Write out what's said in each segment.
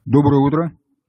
Доброе утро.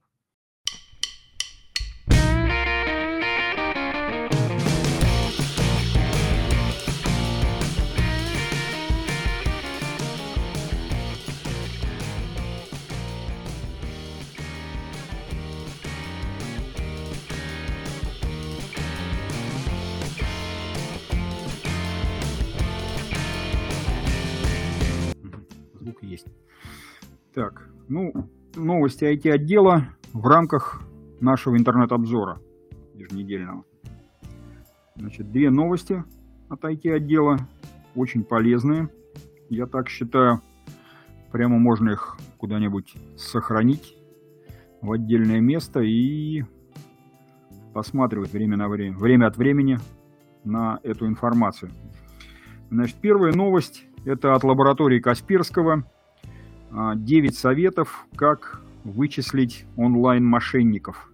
Звук есть. Так, новости IT-отдела в рамках нашего интернет-обзора еженедельного. Значит, две новости от IT-отдела, очень полезные. Я так считаю, прямо можно их куда-нибудь сохранить в отдельное место и посматривать время от времени на эту информацию. Значит, первая новость – это от лаборатории Касперского. 9 советов, как вычислить онлайн-мошенников.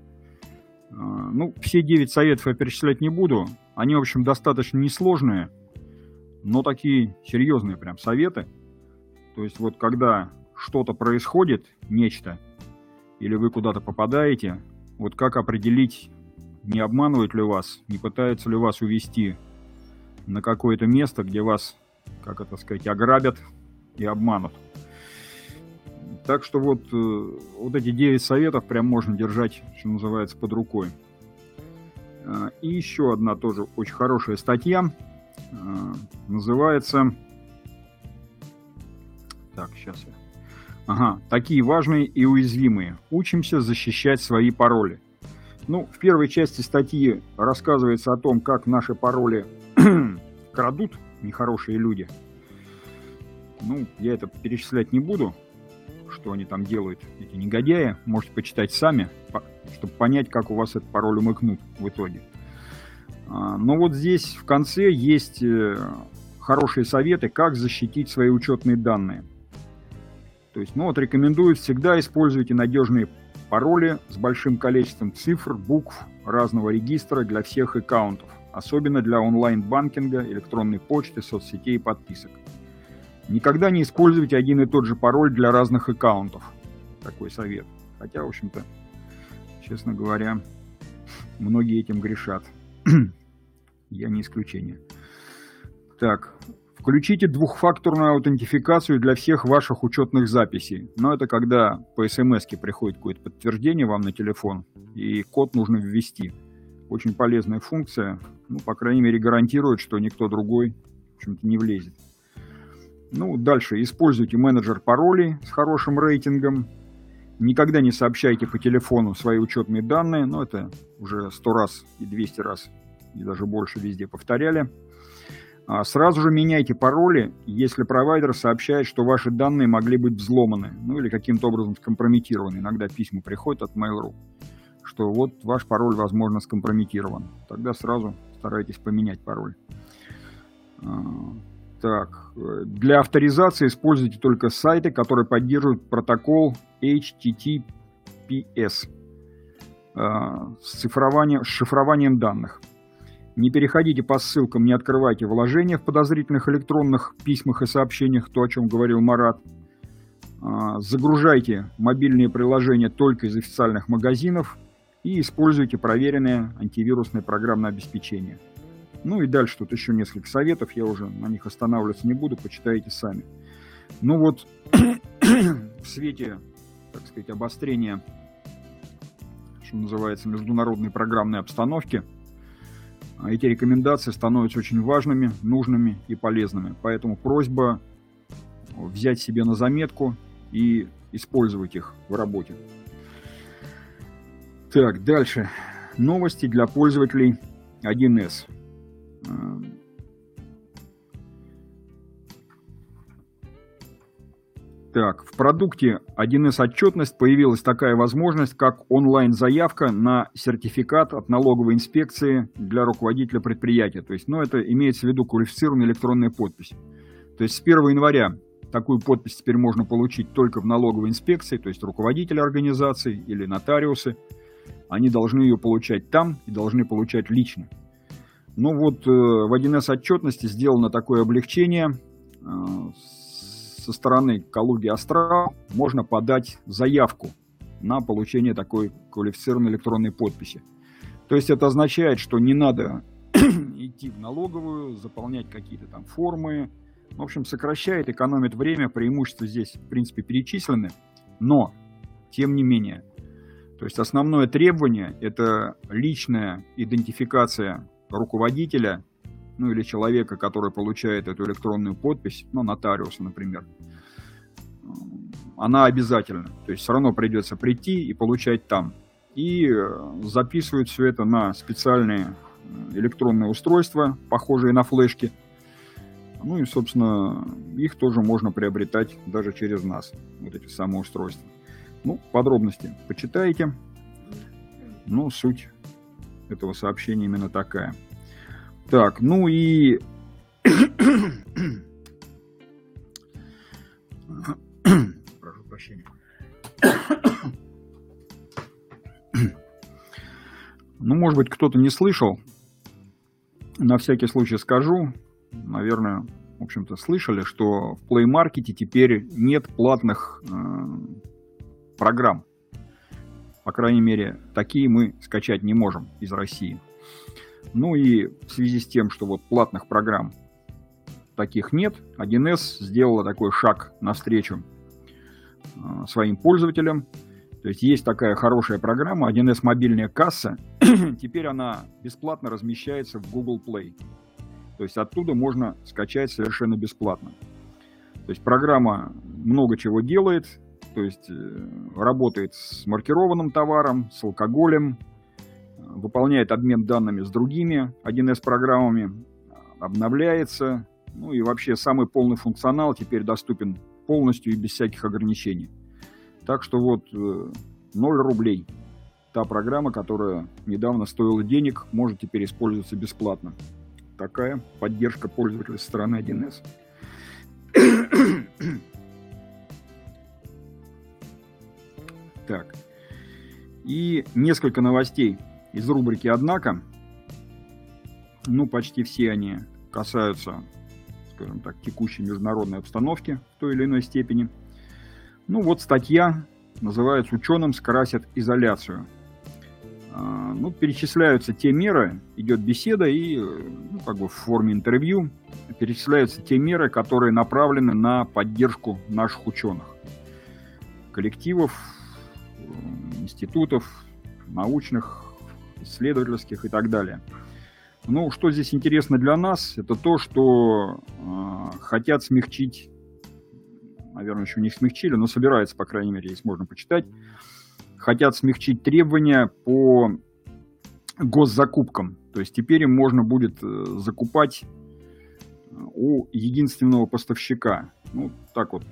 Все 9 советов я перечислять не буду. Они, в общем, достаточно несложные, но такие серьезные прям советы. То есть вот когда что-то происходит, нечто, или вы куда-то попадаете, вот как определить, не обманывают ли вас, не пытаются ли вас увести на какое-то место, где вас, ограбят и обманут. Так что вот эти 9 советов прям можно держать, что называется, под рукой. И еще одна тоже очень хорошая статья. Называется... «Такие важные и уязвимые. Учимся защищать свои пароли». В первой части статьи рассказывается о том, как наши пароли крадут нехорошие люди. Я это перечислять не буду, что они там делают, эти негодяи. Можете почитать сами, чтобы понять, как у вас этот пароль умыкнут в итоге. Но вот здесь в конце есть хорошие советы, как защитить свои учетные данные. То есть, рекомендую всегда используйте надежные пароли с большим количеством цифр, букв разного регистра для всех аккаунтов, особенно для онлайн-банкинга, электронной почты, соцсетей и подписок. Никогда не используйте один и тот же пароль для разных аккаунтов. Такой совет. Хотя, в общем-то, честно говоря, многие этим грешат. Я не исключение. Так, включите двухфакторную аутентификацию для всех ваших учетных записей. Это когда по смс-ке приходит какое-то подтверждение вам на телефон, и код нужно ввести. Очень полезная функция. По крайней мере, гарантирует, что никто другой, в общем-то, не влезет. Дальше. Используйте менеджер паролей с хорошим рейтингом. Никогда не сообщайте по телефону свои учетные данные. Это уже 100 раз и 200 раз, и даже больше везде повторяли. Сразу же меняйте пароли, если провайдер сообщает, что ваши данные могли быть взломаны, или каким-то образом скомпрометированы. Иногда письма приходят от Mail.ru, что вот ваш пароль, возможно, скомпрометирован. Тогда сразу старайтесь поменять пароль. Так, для авторизации используйте только сайты, которые поддерживают протокол HTTPS с шифрованием данных. Не переходите по ссылкам, не открывайте вложения в подозрительных электронных письмах и сообщениях, то, о чем говорил Марат. Загружайте мобильные приложения только из официальных магазинов и используйте проверенное антивирусное программное обеспечение. И дальше тут еще несколько советов, я уже на них останавливаться не буду, почитайте сами. В свете, обострения, что называется, международной программной обстановки, эти рекомендации становятся очень важными, нужными и полезными. Поэтому просьба взять себе на заметку и использовать их в работе. Так, дальше. Новости для пользователей 1С. Так, в продукте 1С отчетность появилась такая возможность, как онлайн-заявка на сертификат от налоговой инспекции для руководителя предприятия. То есть, это имеется в виду квалифицированная электронная подпись. То есть с 1 января такую подпись теперь можно получить только в налоговой инспекции, то есть руководители организации или нотариусы. Они должны ее получать там и должны получать лично. В 1С отчетности сделано такое облегчение. со стороны Калуги Астрал можно подать заявку на получение такой квалифицированной электронной подписи. То есть это означает, что не надо идти в налоговую, заполнять какие-то там формы. В общем, сокращает, экономит время, преимущества здесь, в принципе, перечислены. Но, тем не менее, то есть основное требование – это личная идентификация руководителя, ну или человека, который получает эту электронную подпись, ну, нотариуса, например. Она обязательна. То есть все равно придется прийти и получать там. И записывают все это на специальные электронные устройства, похожие на флешки. Ну и, собственно, их тоже можно приобретать даже через нас, вот эти самые устройства. Ну, подробности почитайте. Ну, суть этого сообщения именно такая. Так, ну и... Прошу прощения. Ну, может быть, кто-то не слышал. На всякий случай скажу. Наверное, в общем-то, слышали, что в Play Market теперь нет платных программ. По крайней мере, такие мы скачать не можем из России. Ну и в связи с тем, что вот платных программ таких нет, 1С сделала такой шаг навстречу своим пользователям. То есть есть такая хорошая программа, 1С мобильная касса. Теперь она бесплатно размещается в Google Play. То есть оттуда можно скачать совершенно бесплатно. То есть программа много чего делает. То есть работает с маркированным товаром, с алкоголем, выполняет обмен данными с другими 1С программами, обновляется. Ну и вообще самый полный функционал теперь доступен полностью и без всяких ограничений. Так что вот 0 рублей. Та программа, которая недавно стоила денег, может теперь использоваться бесплатно. Такая поддержка пользователя со стороны 1С. Так. И несколько новостей из рубрики «Однако». Ну, почти все они касаются, скажем так, текущей международной обстановки в той или иной степени. Ну, вот статья называется «Ученым скрасят изоляцию». Ну, перечисляются те меры, идет беседа и, ну, как бы в форме интервью, перечисляются те меры, которые направлены на поддержку наших ученых, коллективов, институтов, научных, исследовательских и так далее. Ну, что здесь интересно для нас, это то, что хотят смягчить, наверное, еще не смягчили, но собираются, по крайней мере, если можно почитать, хотят смягчить требования по госзакупкам. То есть теперь им можно будет закупать у единственного поставщика. Ну, так вот,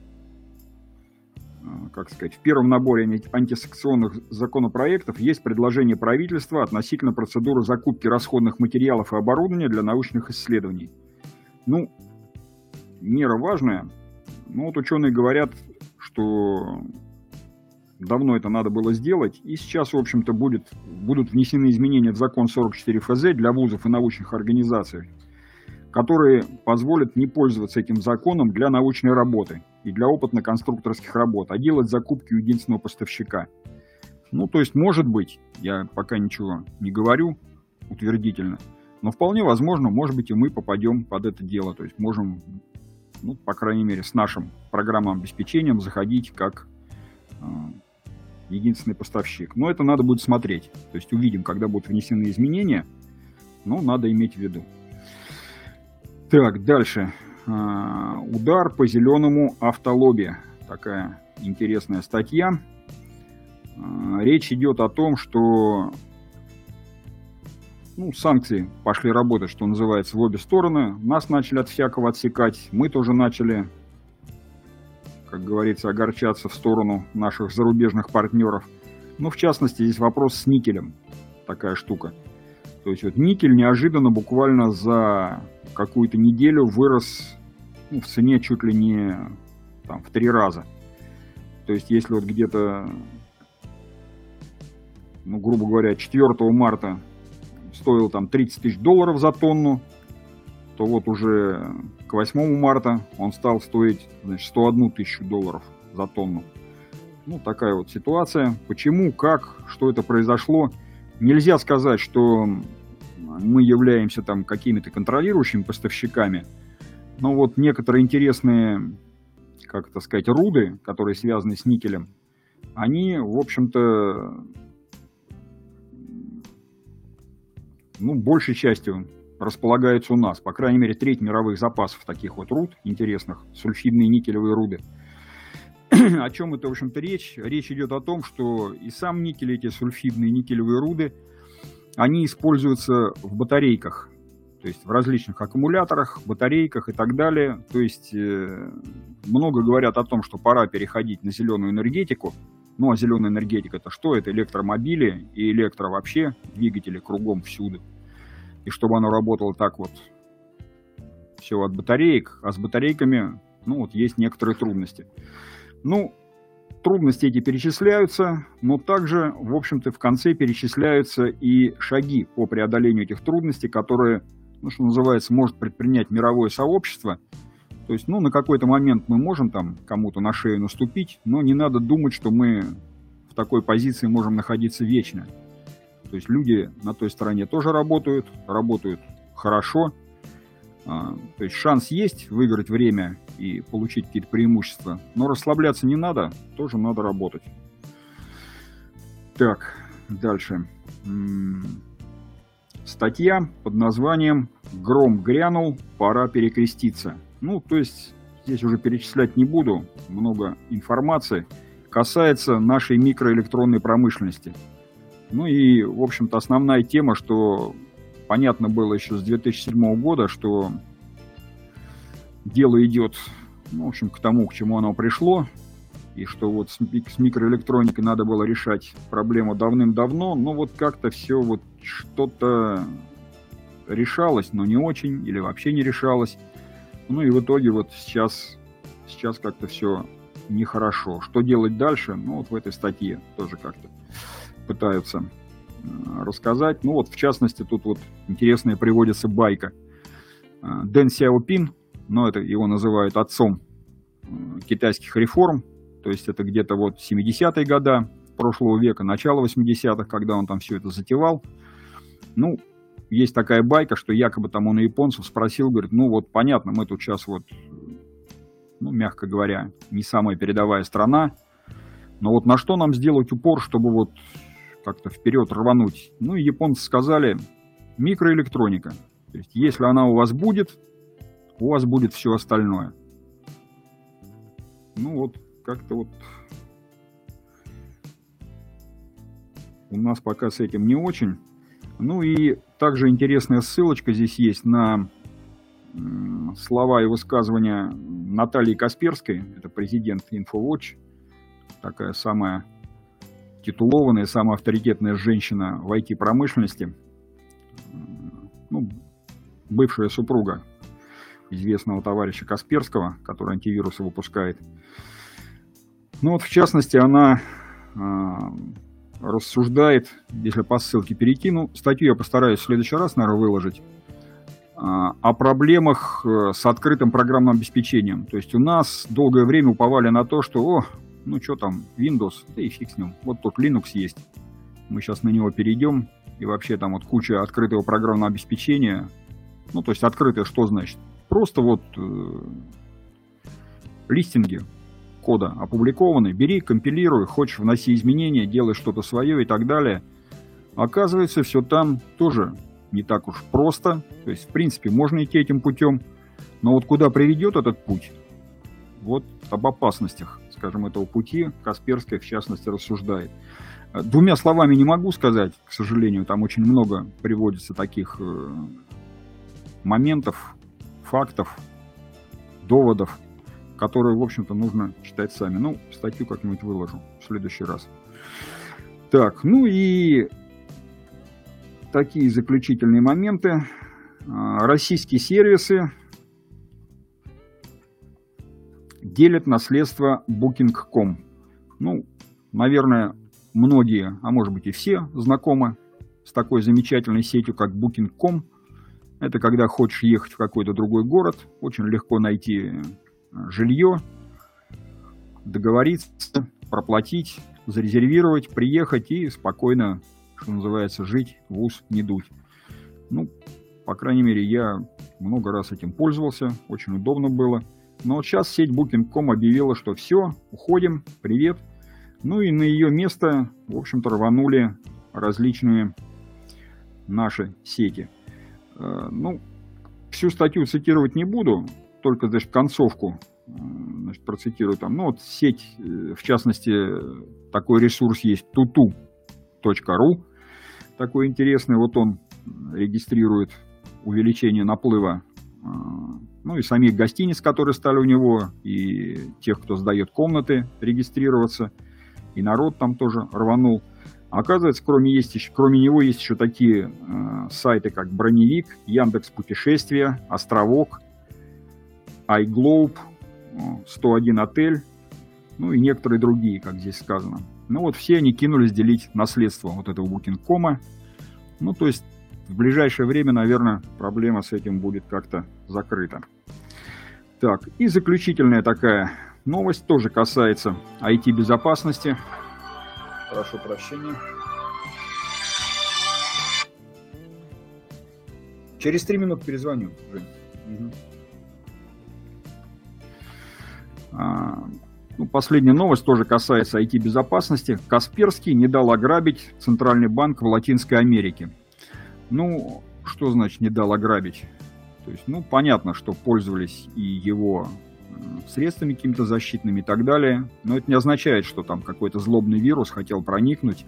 как сказать, в первом наборе антисанкционных законопроектов есть предложение правительства относительно процедуры закупки расходных материалов и оборудования для научных исследований. Ну, мера важная. Но вот ученые говорят, что давно это надо было сделать, и сейчас, в общем-то, будут внесены изменения в закон 44 ФЗ для вузов и научных организаций, которые позволят не пользоваться этим законом для научной работы и для опытно-конструкторских работ, а делать закупки у единственного поставщика. Ну, то есть, может быть, я пока ничего не говорю утвердительно, но вполне возможно, может быть, и мы попадем под это дело. То есть можем, ну, по крайней мере, с нашим программным обеспечением заходить как единственный поставщик. Но это надо будет смотреть. То есть увидим, когда будут внесены изменения, но надо иметь в виду. Так, дальше. Удар по зеленому автолобби. Такая интересная статья. Речь идет о том, что санкции пошли работать, что называется, в обе стороны. Нас начали от всякого отсекать. Мы тоже начали, как говорится, огорчаться в сторону наших зарубежных партнеров. Ну, в частности, здесь вопрос с никелем. Такая штука. То есть вот никель неожиданно буквально за какую-то неделю вырос в цене чуть ли не в 3 раза. То есть если вот где-то, грубо говоря, 4 марта стоил $30 000 за тонну, что вот уже к 8 марта он стал стоить, значит, 101 тысячу долларов за тонну. Ну, такая вот ситуация. Почему, как, что это произошло? Нельзя сказать, что мы являемся там какими-то контролирующими поставщиками, но вот некоторые интересные, как это сказать, руды, которые связаны с никелем, они, в общем-то, ну, большей частью располагаются у нас. По крайней мере, треть мировых запасов таких вот руд интересных, сульфидные никелевые руды. О чем это, в общем-то, речь? Речь идет о том, что и сам никель, эти сульфидные никелевые руды, они используются в батарейках, то есть в различных аккумуляторах, батарейках и так далее. То есть много говорят о том, что пора переходить на зеленую энергетику. Ну, а зеленая энергетика — это что? Это электромобили и электро вообще, двигатели кругом всюду. И чтобы оно работало так вот, все от батареек, а с батарейками, ну, вот есть некоторые трудности. Ну, трудности эти перечисляются, но также, в общем-то, в конце перечисляются и шаги по преодолению этих трудностей, которые, ну, что называется, может предпринять мировое сообщество. То есть, ну, на какой-то момент мы можем там кому-то на шею наступить, но не надо думать, что мы в такой позиции можем находиться вечно. То есть люди на той стороне тоже работают хорошо. То есть шанс есть выиграть время и получить какие-то преимущества, но расслабляться не надо, тоже надо работать. Так, дальше. Статья под названием «Гром грянул, пора перекреститься». Ну, то есть здесь уже перечислять не буду, много информации. Касается нашей микроэлектронной промышленности. Ну и, в общем-то, основная тема, что понятно было еще с 2007 года, что дело идет, ну, в общем, к тому, к чему оно пришло, и что вот с микроэлектроникой надо было решать проблему давным-давно, но вот как-то все вот что-то решалось, но не очень, или вообще не решалось. Ну и в итоге вот сейчас как-то все нехорошо. Что делать дальше? Ну вот в этой статье тоже как-то пытаются рассказать. Ну вот, в частности, тут вот интересная приводится байка. Дэн Сяопин, ну это его называют отцом китайских реформ, то есть это где-то вот 70-е годы прошлого века, начало 80-х, когда он там все это затевал. Ну, есть такая байка, что якобы там он у японцев спросил, говорит, ну вот понятно, мы тут сейчас вот, ну, мягко говоря, не самая передовая страна, но вот на что нам сделать упор, чтобы вот как-то вперед рвануть? Ну и японцы сказали, микроэлектроника. То есть если она у вас будет все остальное. Ну вот, как-то вот у нас пока с этим не очень. Ну и также интересная ссылочка здесь есть на слова и высказывания Натальи Касперской, это президент InfoWatch, такая самая титулованная, самая авторитетная женщина в IT-промышленности, ну, бывшая супруга известного товарища Касперского, который антивирусы выпускает. Ну вот, в частности, она рассуждает, если по ссылке перейти, ну, статью я постараюсь в следующий раз, наверное, выложить, о проблемах с открытым программным обеспечением. То есть у нас долгое время уповали на то, что, ну что там, Windows, да и фиг с ним, вот тут Linux есть, мы сейчас на него перейдем, и вообще там вот куча открытого программного обеспечения. Ну, то есть открытое что значит? Просто вот листинги кода опубликованы, бери, компилируй, хочешь вноси изменения, делай что-то свое и так далее. Оказывается, все там тоже не так уж просто. То есть, в принципе, можно идти этим путем. Но вот куда приведет этот путь, вот об опасностях, скажем, этого пути Касперская, в частности, рассуждает. Двумя словами не могу сказать, к сожалению, там очень много приводится таких моментов, фактов, доводов, которые, в общем-то, нужно читать сами. Ну, статью как-нибудь выложу в следующий раз. Так, ну и такие заключительные моменты. Российские сервисы делят наследство Booking.com. Ну, наверное, многие, а может быть и все, знакомы с такой замечательной сетью, как Booking.com. Это когда хочешь ехать в какой-то другой город, очень легко найти жилье, договориться, проплатить, зарезервировать, приехать и спокойно, что называется, жить, в ус не дуть. Ну, по крайней мере, я много раз этим пользовался, очень удобно было. Но вот сейчас сеть Booking.com объявила, что все, уходим, привет. Ну и на ее место, в общем-то, рванули различные наши сети. Ну, всю статью цитировать не буду, только, значит, концовку, значит, процитирую там. Ну, вот сеть, в частности, такой ресурс есть tutu.ru, такой интересный, вот он регистрирует увеличение наплыва, ну и самих гостиниц, которые стали у него, и тех, кто сдает комнаты, регистрироваться, и народ там тоже рванул. Оказывается, кроме него есть еще такие сайты, как Броневик, Яндекс Путешествия, Островок, iGlobe, 101 Отель, ну и некоторые другие, как здесь сказано. Ну вот все они кинулись делить наследство вот этого Booking.com. Ну то есть в ближайшее время, наверное, проблема с этим будет как-то закрыта. Так, и заключительная такая новость тоже касается IT-безопасности. Прошу прощения. Через 3 минуты перезвоню. Ну, последняя новость тоже касается IT-безопасности. Касперский не дал ограбить Центральный банк в Латинской Америке. Ну, что значит не дал ограбить? То есть, ну, понятно, что пользовались и его средствами какими-то защитными и так далее. Но это не означает, что там какой-то злобный вирус хотел проникнуть,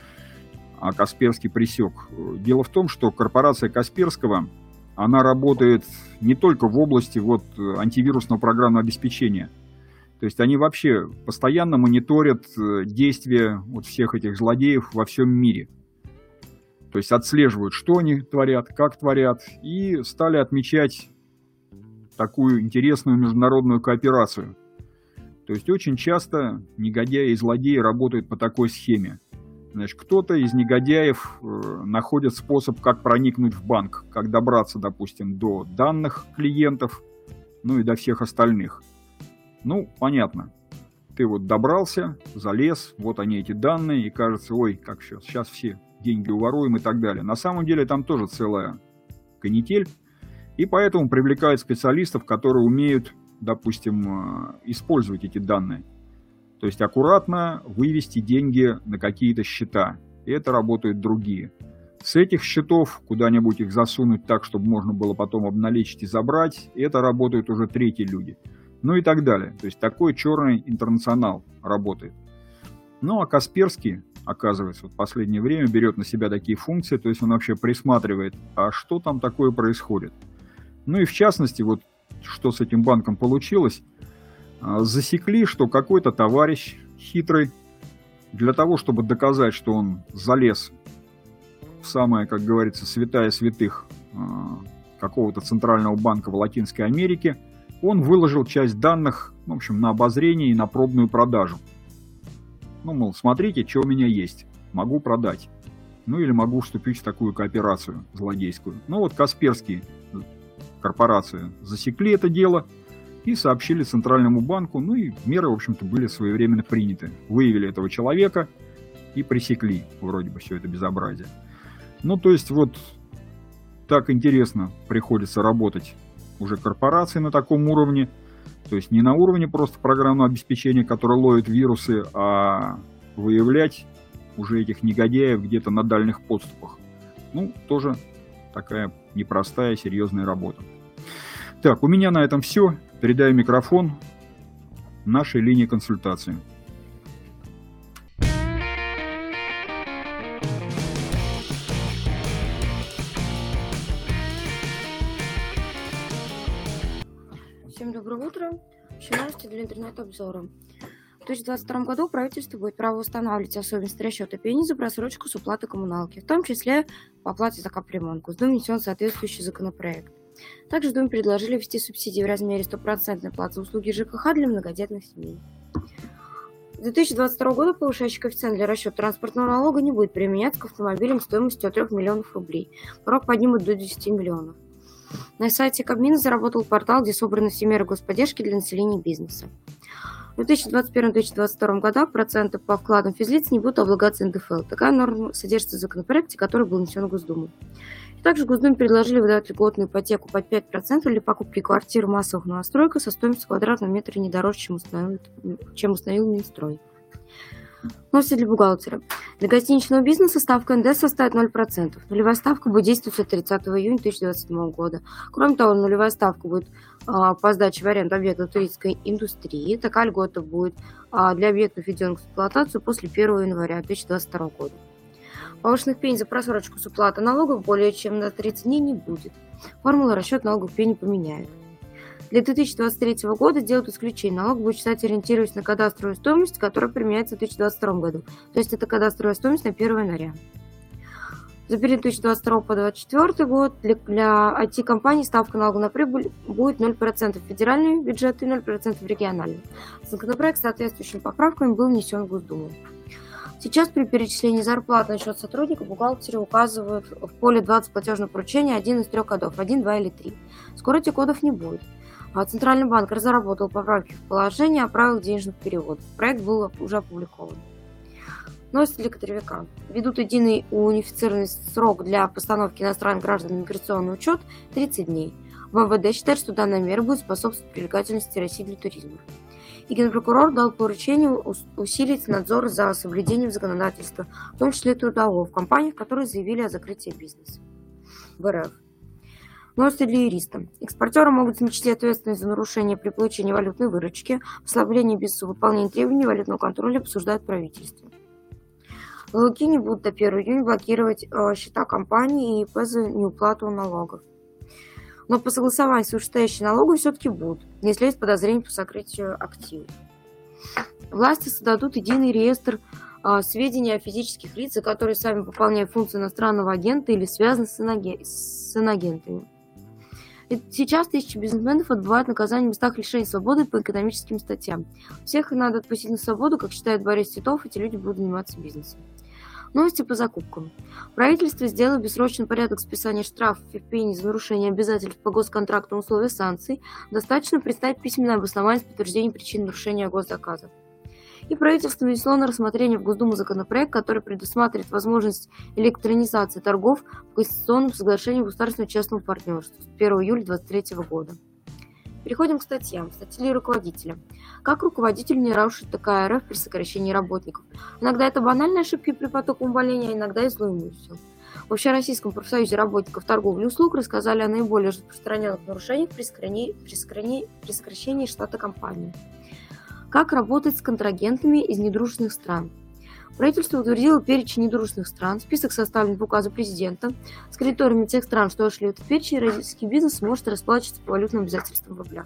а Касперский пресек. Дело в том, что корпорация Касперского, она работает не только в области вот антивирусного программного обеспечения. То есть они вообще постоянно мониторят действия вот всех этих злодеев во всем мире. То есть отслеживают, что они творят, как творят, и стали отмечать такую интересную международную кооперацию. То есть очень часто негодяи и злодеи работают по такой схеме. Значит, кто-то из негодяев находит способ, как проникнуть в банк, как добраться, допустим, до данных клиентов, ну и до всех остальных. Ну, понятно. Ты вот добрался, залез, вот они эти данные, и кажется, ой, как сейчас все деньги уворуем и так далее. На самом деле там тоже целая канитель. И поэтому привлекают специалистов, которые умеют, допустим, использовать эти данные. То есть аккуратно вывести деньги на какие-то счета. И это работают другие. С этих счетов куда-нибудь их засунуть так, чтобы можно было потом обналичить и забрать. Это работают уже третьи люди. Ну и так далее. То есть такой черный интернационал работает. Ну а Касперский, оказывается, в последнее время берет на себя такие функции. То есть он вообще присматривает, а что там такое происходит. Ну и в частности, вот что с этим банком получилось, засекли, что какой-то товарищ хитрый, для того, чтобы доказать, что он залез в самое, как говорится, святая святых какого-то центрального банка в Латинской Америке, он выложил часть данных, в общем, на обозрение и на пробную продажу. Ну, мол, смотрите, что у меня есть, могу продать. Ну или могу вступить в такую кооперацию злодейскую. Ну вот Касперский, корпорацию, засекли это дело и сообщили Центральному банку, ну и меры, в общем-то, были своевременно приняты. Выявили этого человека и пресекли вроде бы все это безобразие. Ну, то есть вот так интересно приходится работать уже корпорации на таком уровне, то есть не на уровне просто программного обеспечения, которое ловит вирусы, а выявлять уже этих негодяев где-то на дальних подступах. Ну, тоже такая непростая, серьезная работа. Так, у меня на этом все. Передаю микрофон нашей линии консультации. Всем доброе утро. Еще новости для интернет-обзора. В 2022 году правительство будет право устанавливать особенности расчета пени за просрочку с уплаты коммуналки, в том числе по оплате за капремонт. Госдуме внесен соответствующий законопроект. Также в Думе предложили ввести субсидии в размере 100% платы за услуги ЖКХ для многодетных семей. С 2022 года повышающий коэффициент для расчета транспортного налога не будет применяться к автомобилям стоимостью от 3 миллионов рублей. Порог поднимут до 10 миллионов. На сайте Кабмина заработал портал, где собраны все меры господдержки для населения и бизнеса. В 2021-2022 годах проценты по вкладам физлиц не будут облагаться НДФЛ. Такая норма содержится в законопроекте, который был внесен в Госдуму. И также в Госдуме предложили выдавать льготную ипотеку под 5% для покупки квартир массовых новостроек со стоимостью квадратного метра не дороже, чем установил Минстрой. Новости для бухгалтера. Для гостиничного бизнеса ставка НДС составит 0%. Нулевая ставка будет действовать с 30 июня 2027 года. Кроме того, нулевая ставка будет по сдаче в аренду объектов туристской индустрии. Такая льгота будет для объектов, введенных в эксплуатацию после 1 января 2022 года. Повышенных пений за просрочку с уплатой налогов более чем на 30 дней не будет. Формула расчета налогов пени поменяют. Для 2023 года делают исключение. Налог будет считать, ориентируясь на кадастровую стоимость, которая применяется в 2022 году. То есть это кадастровая стоимость на 1 января. За период 2022 по 2024 год для IT-компаний ставка налога на прибыль будет 0% в федеральный бюджет и 0% в региональный. Законопроект с соответствующими поправками был внесен в Госдуму. Сейчас при перечислении зарплат на счет сотрудника бухгалтеры указывают в поле 20 платежных поручений один из 3 кодов, 1, 2 или 3. Скоро этих кодов не будет. Центральный банк разработал поправки в положение о правилах денежных переводов. Проект был уже опубликован. Новости для кадровика. Ведут единый унифицированный срок для постановки иностранных граждан на миграционный учет 30 дней. МВД считает, что данная мера будет способствовать привлекательности России для туризма. И генпрокурор дал поручение усилить надзор за соблюдением законодательства, в том числе трудового, в компаниях, которые заявили о закрытии бизнеса в РФ. Новости для юриста. Экспортеры могут смягчить ответственность за нарушение при получении валютной выручки, послабление бизнеса выполнения требований валютного контроля обсуждает правительство. Налоги не будут до 1 июня блокировать счета компании и ИП за неуплату налогов. Но по согласованию с вышестоящими налогами все-таки будут, если есть подозрения по сокрытию активов. Власти создадут единый реестр сведений о физических лицах, которые сами выполняют функции иностранного агента или связаны с инагентами. Сейчас тысячи бизнесменов отбывают наказание в местах лишения свободы по экономическим статьям. Всех надо отпустить на свободу, как считает Борис Титов, эти люди будут заниматься бизнесом. Новости по закупкам. Правительство сделало бессрочный порядок списания штрафов и пений за нарушение обязательств по госконтракту на условия санкций. Достаточно представить письменное обоснование с подтверждением причин нарушения госзаказа. И правительство внесло на рассмотрение в Госдуму законопроект, который предусматривает возможность электронизации торгов по конституционным соглашениям государственного частного партнерства с 1 июля 2023 года. Переходим к статьям. Статьи руководителя. Как руководителю не нарушить ТК РФ при сокращении работников? Иногда это банальные ошибки при потоке увольнения, а иногда и злой умысел. В Общероссийском профсоюзе работников торговли и услуг рассказали о наиболее распространенных нарушениях при сокращении штата компании. Как работать с контрагентами из недружественных стран? Правительство утвердило перечень недружественных стран, список составлен по указу президента. С кредиторами тех стран, что вошли в этот перечень, российский бизнес сможет расплачиваться по валютным обязательствам в рублях.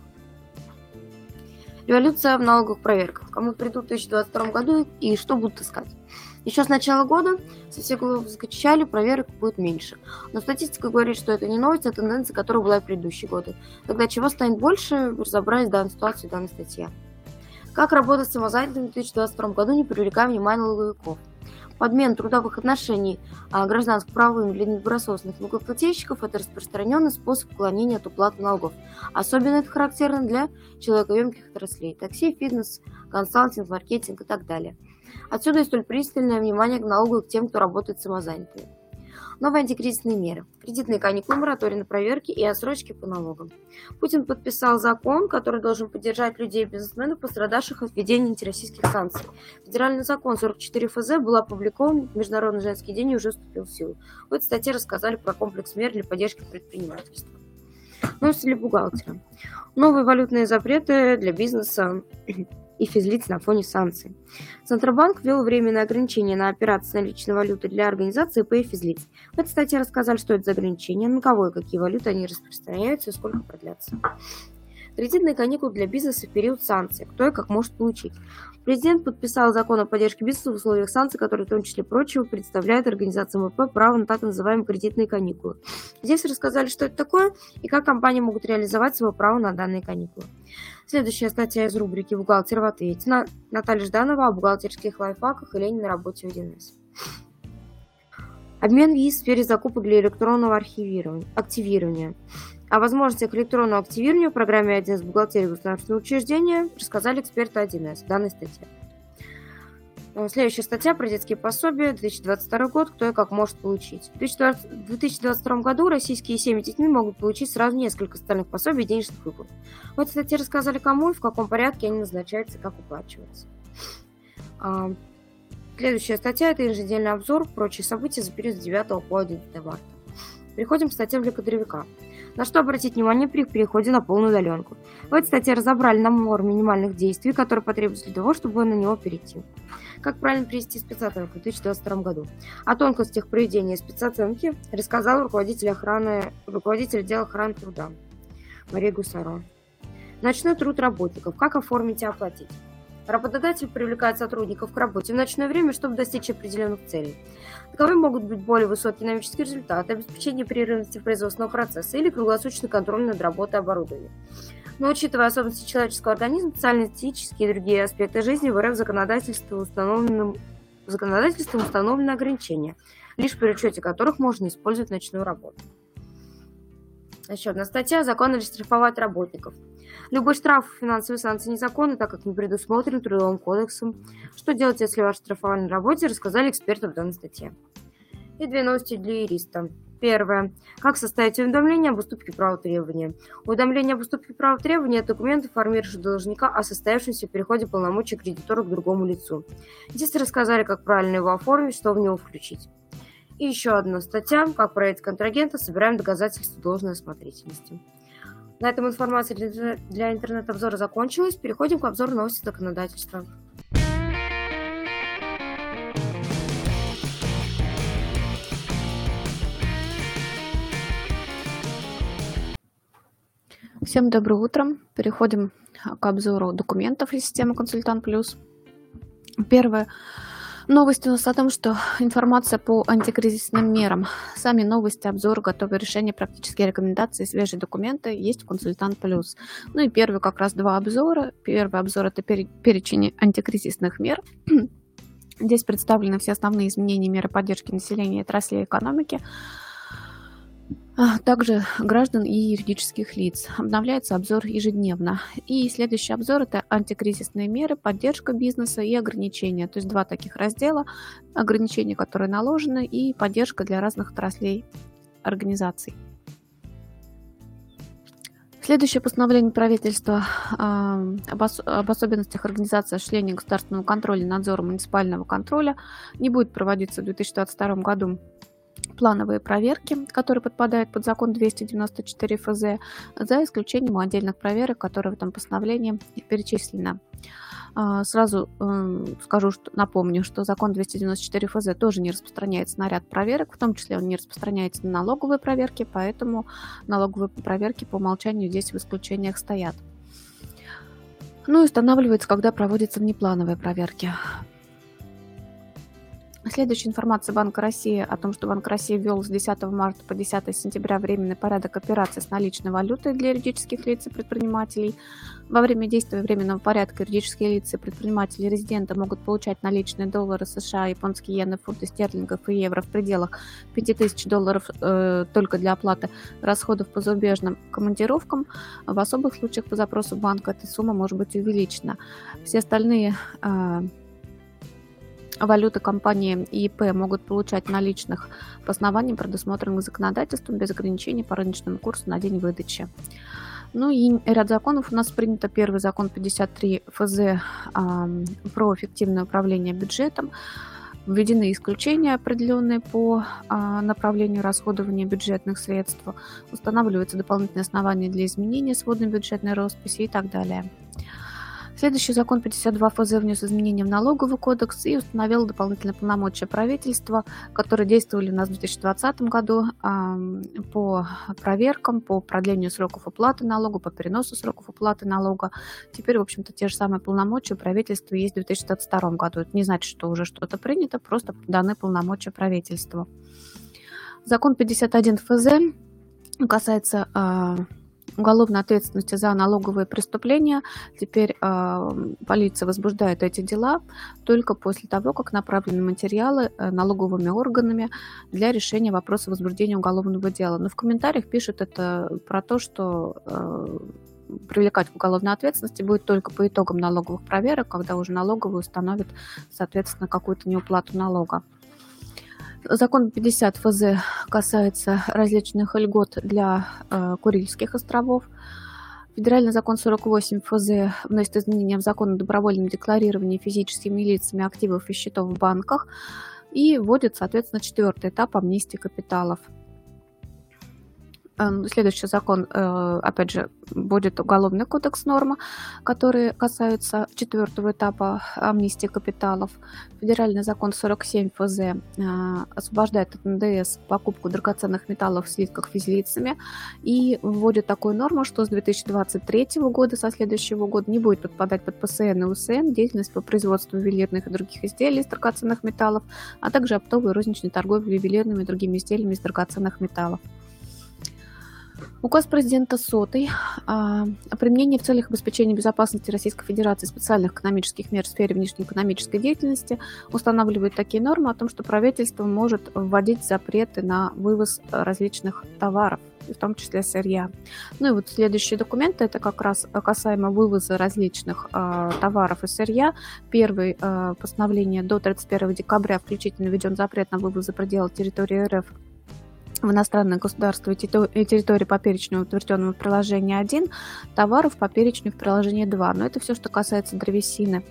Революция в налоговых проверках. Кому придут в 2022 году и что будут искать? Еще с начала года со всех головы закачали, проверок будет меньше. Но статистика говорит, что это не новость, а тенденция, которая была в предыдущие годы. Тогда чего станет больше, разобрать данную ситуацию в данной статье. Как работать с самозанятыми в 2022 году, не привлекая внимания налоговиков? Подмен трудовых отношений гражданско-правовым для недобросовестных налогоплательщиков – это распространенный способ уклонения от уплаты налогов. Особенно это характерно для человекоемких отраслей – такси, фитнес, консалтинг, маркетинг и так далее. Отсюда и столь пристальное внимание к налогу к тем, кто работает самозанятыми. Новые антикризисные меры. Кредитные каникулы, мораторий на проверки и отсрочки по налогам. Путин подписал закон, который должен поддержать людей и бизнесменов, пострадавших от введения антироссийских санкций. Федеральный закон 44 ФЗ был опубликован в Международный женский день и уже вступил в силу. В этой статье рассказали про комплекс мер для поддержки предпринимательства. Новости для бухгалтера. Новые валютные запреты для бизнеса и физлиц на фоне санкций. Центробанк ввел временное ограничение на операции с наличной валютой для организации ИП и физлиц. В этой статье рассказали, что это за ограничения, на кого и какие валюты они распространяются и сколько продлятся. Кредитные каникулы для бизнеса в период санкций. Кто и как может получить. Президент подписал закон о поддержке бизнеса в условиях санкций, который, в том числе прочего, представляет организациям ИП право на так называемые кредитные каникулы. Здесь рассказали, что это такое и как компании могут реализовать свое право на данные каникулы. Следующая статья из рубрики «Бухгалтер в ответе». Наталья Жданова о бухгалтерских лайфхаках и лени на работе в 1С. Обмен ВИЗ в сфере закупок для электронного активирования. О возможностях электронного активирования в программе 1С бухгалтерии государственного учреждения рассказали эксперты 1С в данной статье. Следующая статья про детские пособия, 2022 год, кто и как может получить. В 2022 году российские семьи с детьми могут получить сразу несколько социальных пособий и денежных выплат. В этой статье рассказали, кому и в каком порядке они назначаются и как уплачиваются. Следующая статья – это еженедельный обзор, прочие события за период с 9 по 11 марта. Переходим к статьям для кадровика. На что обратить внимание при переходе на полную удаленку. В этой статье разобрали набор минимальных действий, которые потребуются для того, чтобы на него перейти. Как правильно провести спецоценку в 2022 году. О тонкостях проведения спецоценки рассказал руководитель отдела охраны труда Мария Гусарова. Ночной труд работников. Как оформить и оплатить. Работодатель привлекает сотрудников к работе в ночное время, чтобы достичь определенных целей. Таковыми могут быть более высокий динамический результат, обеспечение непрерывности производственного процесса или круглосуточный контроль над работой оборудования. Но учитывая особенности человеческого организма, социально-этические и другие аспекты жизни, в РФ законодательством установлены ограничения, лишь при учете которых можно использовать ночную работу. Еще одна статья. Законно ли штрафовать работников? Любой штраф и финансовые санкции незаконны, так как не предусмотрены Трудовым кодексом. Что делать, если вас штрафовали на работе, рассказали эксперты в данной статье. И две новости для юриста. Первое. Как составить уведомление об уступке права требования? Уведомление об уступке права требования – это документ, информирующий должника о состоявшемся переходе полномочий кредитора к другому лицу. Здесь рассказали, как правильно его оформить, что в него включить. И еще одна статья. Как проверить контрагента, собираем доказательства должной осмотрительности. На этом информация для интернет-обзора закончилась. Переходим к обзору новостей законодательства. Всем доброе утро. Переходим к обзору документов из системы «Консультант Плюс». Первая новость у нас о том, что информация по антикризисным мерам. Сами новости, обзоры, готовые решения, практические рекомендации, свежие документы есть в «Консультант Плюс». Ну и первый как раз два обзора. Первый обзор – это перечень антикризисных мер. Здесь представлены все основные изменения меры поддержки населения и отраслей экономики, также граждан и юридических лиц. Обновляется обзор ежедневно. И следующий обзор – это антикризисные меры, поддержка бизнеса и ограничения. То есть два таких раздела: ограничения, которые наложены, и поддержка для разных отраслей организаций. Следующее постановление правительства об особенностях организации осуществления государственного контроля и надзора муниципального контроля не будет проводиться в 2022 году. Плановые проверки, которые подпадают под закон 294 ФЗ, за исключением отдельных проверок, которые в этом постановлении перечислены. Сразу напомню, что закон 294 ФЗ тоже не распространяется на ряд проверок, в том числе он не распространяется на налоговые проверки, поэтому налоговые проверки по умолчанию здесь в исключениях стоят. Ну и устанавливается, когда проводятся внеплановые проверки. Следующая информация Банка России о том, что Банк России ввел с 10 марта по 10 сентября временный порядок операций с наличной валютой для юридических лиц и предпринимателей. Во время действия временного порядка юридические лица и предприниматели резидента могут получать наличные доллары США, японские иены, фунты стерлингов и евро в пределах $5000 только для оплаты расходов по зарубежным командировкам. В особых случаях по запросу банка эта сумма может быть увеличена. Все остальные валюты компании и ИП могут получать наличных по основаниям, предусмотренных законодательством, без ограничений по рыночному курсу на день выдачи. Ну и ряд законов у нас принято. Первый закон 53 ФЗ про эффективное управление бюджетом. Введены исключения определенные по направлению расходования бюджетных средств. Устанавливаются дополнительные основания для изменения сводной бюджетной росписи и так далее. Следующий закон 52 ФЗ внес изменения в налоговый кодекс и установил дополнительные полномочия правительства, которые действовали у нас в 2020 году по проверкам, по продлению сроков уплаты налога, по переносу сроков уплаты налога. Теперь, в общем-то, те же самые полномочия у правительства есть в 2022 году. Это не значит, что уже что-то принято, просто даны полномочия правительству. Закон 51 ФЗ касается уголовной ответственности за налоговые преступления. Теперь полиция возбуждает эти дела только после того, как направлены материалы налоговыми органами для решения вопроса возбуждения уголовного дела. Но в комментариях пишут это про то, что привлекать к уголовной ответственности будет только по итогам налоговых проверок, когда уже налоговые установят, соответственно, какую-то неуплату налога. Закон 50 ФЗ касается различных льгот для Курильских островов. Федеральный закон 48 ФЗ вносит изменения в закон о добровольном декларировании физическими лицами активов и счетов в банках и вводит, соответственно, 4-й этап амнистии капиталов. Следующий закон, опять же, будет Уголовный кодекс нормы, которые касаются 4-го этапа амнистии капиталов. Федеральный закон 47 ФЗ освобождает от НДС покупку драгоценных металлов в слитках физлицами и вводит такую норму, что с 2023 года, со следующего года, не будет подпадать под ПСН и УСН деятельность по производству ювелирных и других изделий из драгоценных металлов, а также оптовой и розничной торговли ювелирными и другими изделиями из драгоценных металлов. Указ президента 100 о применении в целях обеспечения безопасности Российской Федерации специальных экономических мер в сфере внешнеэкономической деятельности устанавливает такие нормы о том, что правительство может вводить запреты на вывоз различных товаров, в том числе сырья. Ну и вот следующие документы, это как раз касаемо вывоза различных товаров и сырья. Первое постановление: до 31 декабря включительно введен запрет на вывоз за пределы территории РФ в иностранное государство и территории по перечню, утвержденному в приложении 1, товаров по перечню в приложении 2. Но это все, что касается древесины.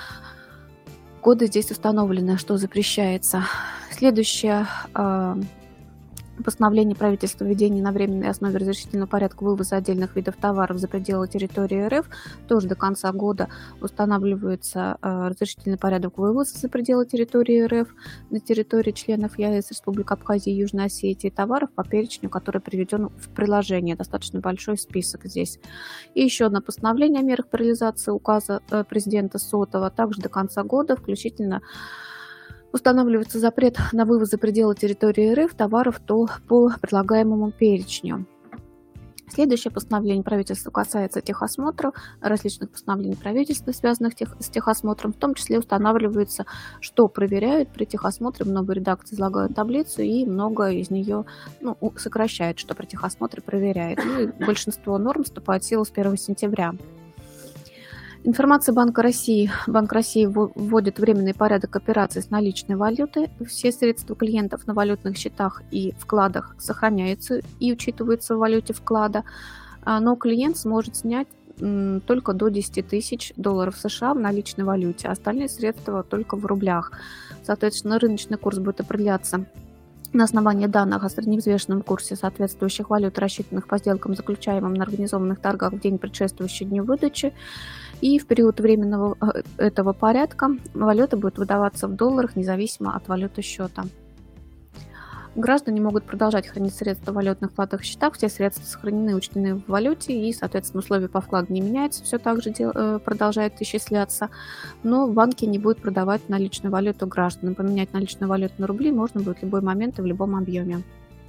Годы здесь установлены, что запрещается. Следующее постановление правительства о введении на временной основе разрешительного порядка вывоза отдельных видов товаров за пределы территории РФ. Тоже до конца года устанавливается разрешительный порядок вывоза за пределы территории РФ на территории членов ЕАЭС, Республик Абхазия и Южной Осетии товаров по перечню, который приведен в приложении. Достаточно большой список здесь. И еще одно постановление о мерах по реализации указа президента 100 также до конца года, включительно устанавливается запрет на вывоз за пределы территории РФ товаров по предлагаемому перечню. Следующее постановление правительства касается техосмотров, различных постановлений правительства, связанных с техосмотром. В том числе устанавливается, что проверяют при техосмотре. Много редакций излагают таблицу, и много из нее сокращает, что при техосмотре проверяет. Ну, и большинство норм вступает в силу с 1 сентября. Информация Банка России. Банк России вводит временный порядок операций с наличной валютой. Все средства клиентов на валютных счетах и вкладах сохраняются и учитываются в валюте вклада, но клиент сможет снять только до 10 тысяч долларов США в наличной валюте, остальные средства только в рублях. Соответственно, рыночный курс будет определяться на основании данных о средневзвешенном курсе соответствующих валют, рассчитанных по сделкам, заключаемым на организованных торгах в день, предшествующий дню выдачи. И в период временного этого порядка валюта будет выдаваться в долларах, независимо от валюты счета. Граждане могут продолжать хранить средства в валютных вкладах и счетах. Все средства сохранены и учтены в валюте, и, соответственно, условия по вкладу не меняются, все так же продолжает исчисляться. Но банки не будут продавать наличную валюту гражданам. Поменять наличную валюту на рубли можно будет в любой момент и в любом объеме.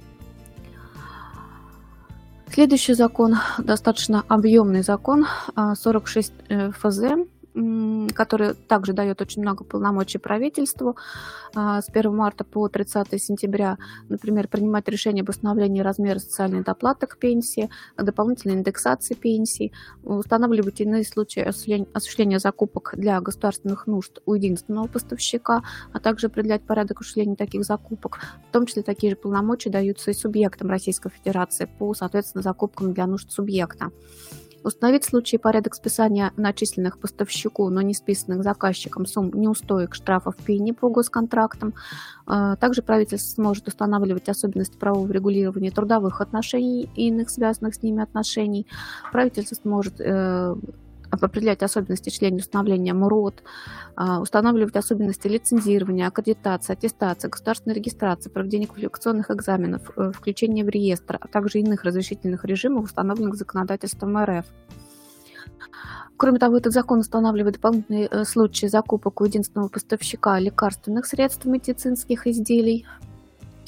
Следующий закон, достаточно объемный закон, 46 ФЗ, который также дает очень много полномочий правительству. С 1 марта по 30 сентября, например, принимать решение об установлении размера социальной доплаты к пенсии, дополнительной индексации пенсий, устанавливать иные случаи осуществления закупок для государственных нужд у единственного поставщика, а также определять порядок осуществления таких закупок. В том числе такие же полномочия даются и субъектам Российской Федерации по, соответственно, закупкам для нужд субъекта. Установить в случае порядок списания начисленных поставщику, но не списанных заказчикам сумм неустоек, штрафов, пени по госконтрактам. Также правительство сможет устанавливать особенности правового регулирования трудовых отношений и иных связанных с ними отношений. Правительство сможет определять особенности членов установления МРОТ, устанавливать особенности лицензирования, аккредитации, аттестации, государственной регистрации, проведения квалификационных экзаменов, включения в реестр, а также иных разрешительных режимов, установленных законодательством РФ. Кроме того, этот закон устанавливает дополнительные случаи закупок у единственного поставщика лекарственных средств, медицинских изделий.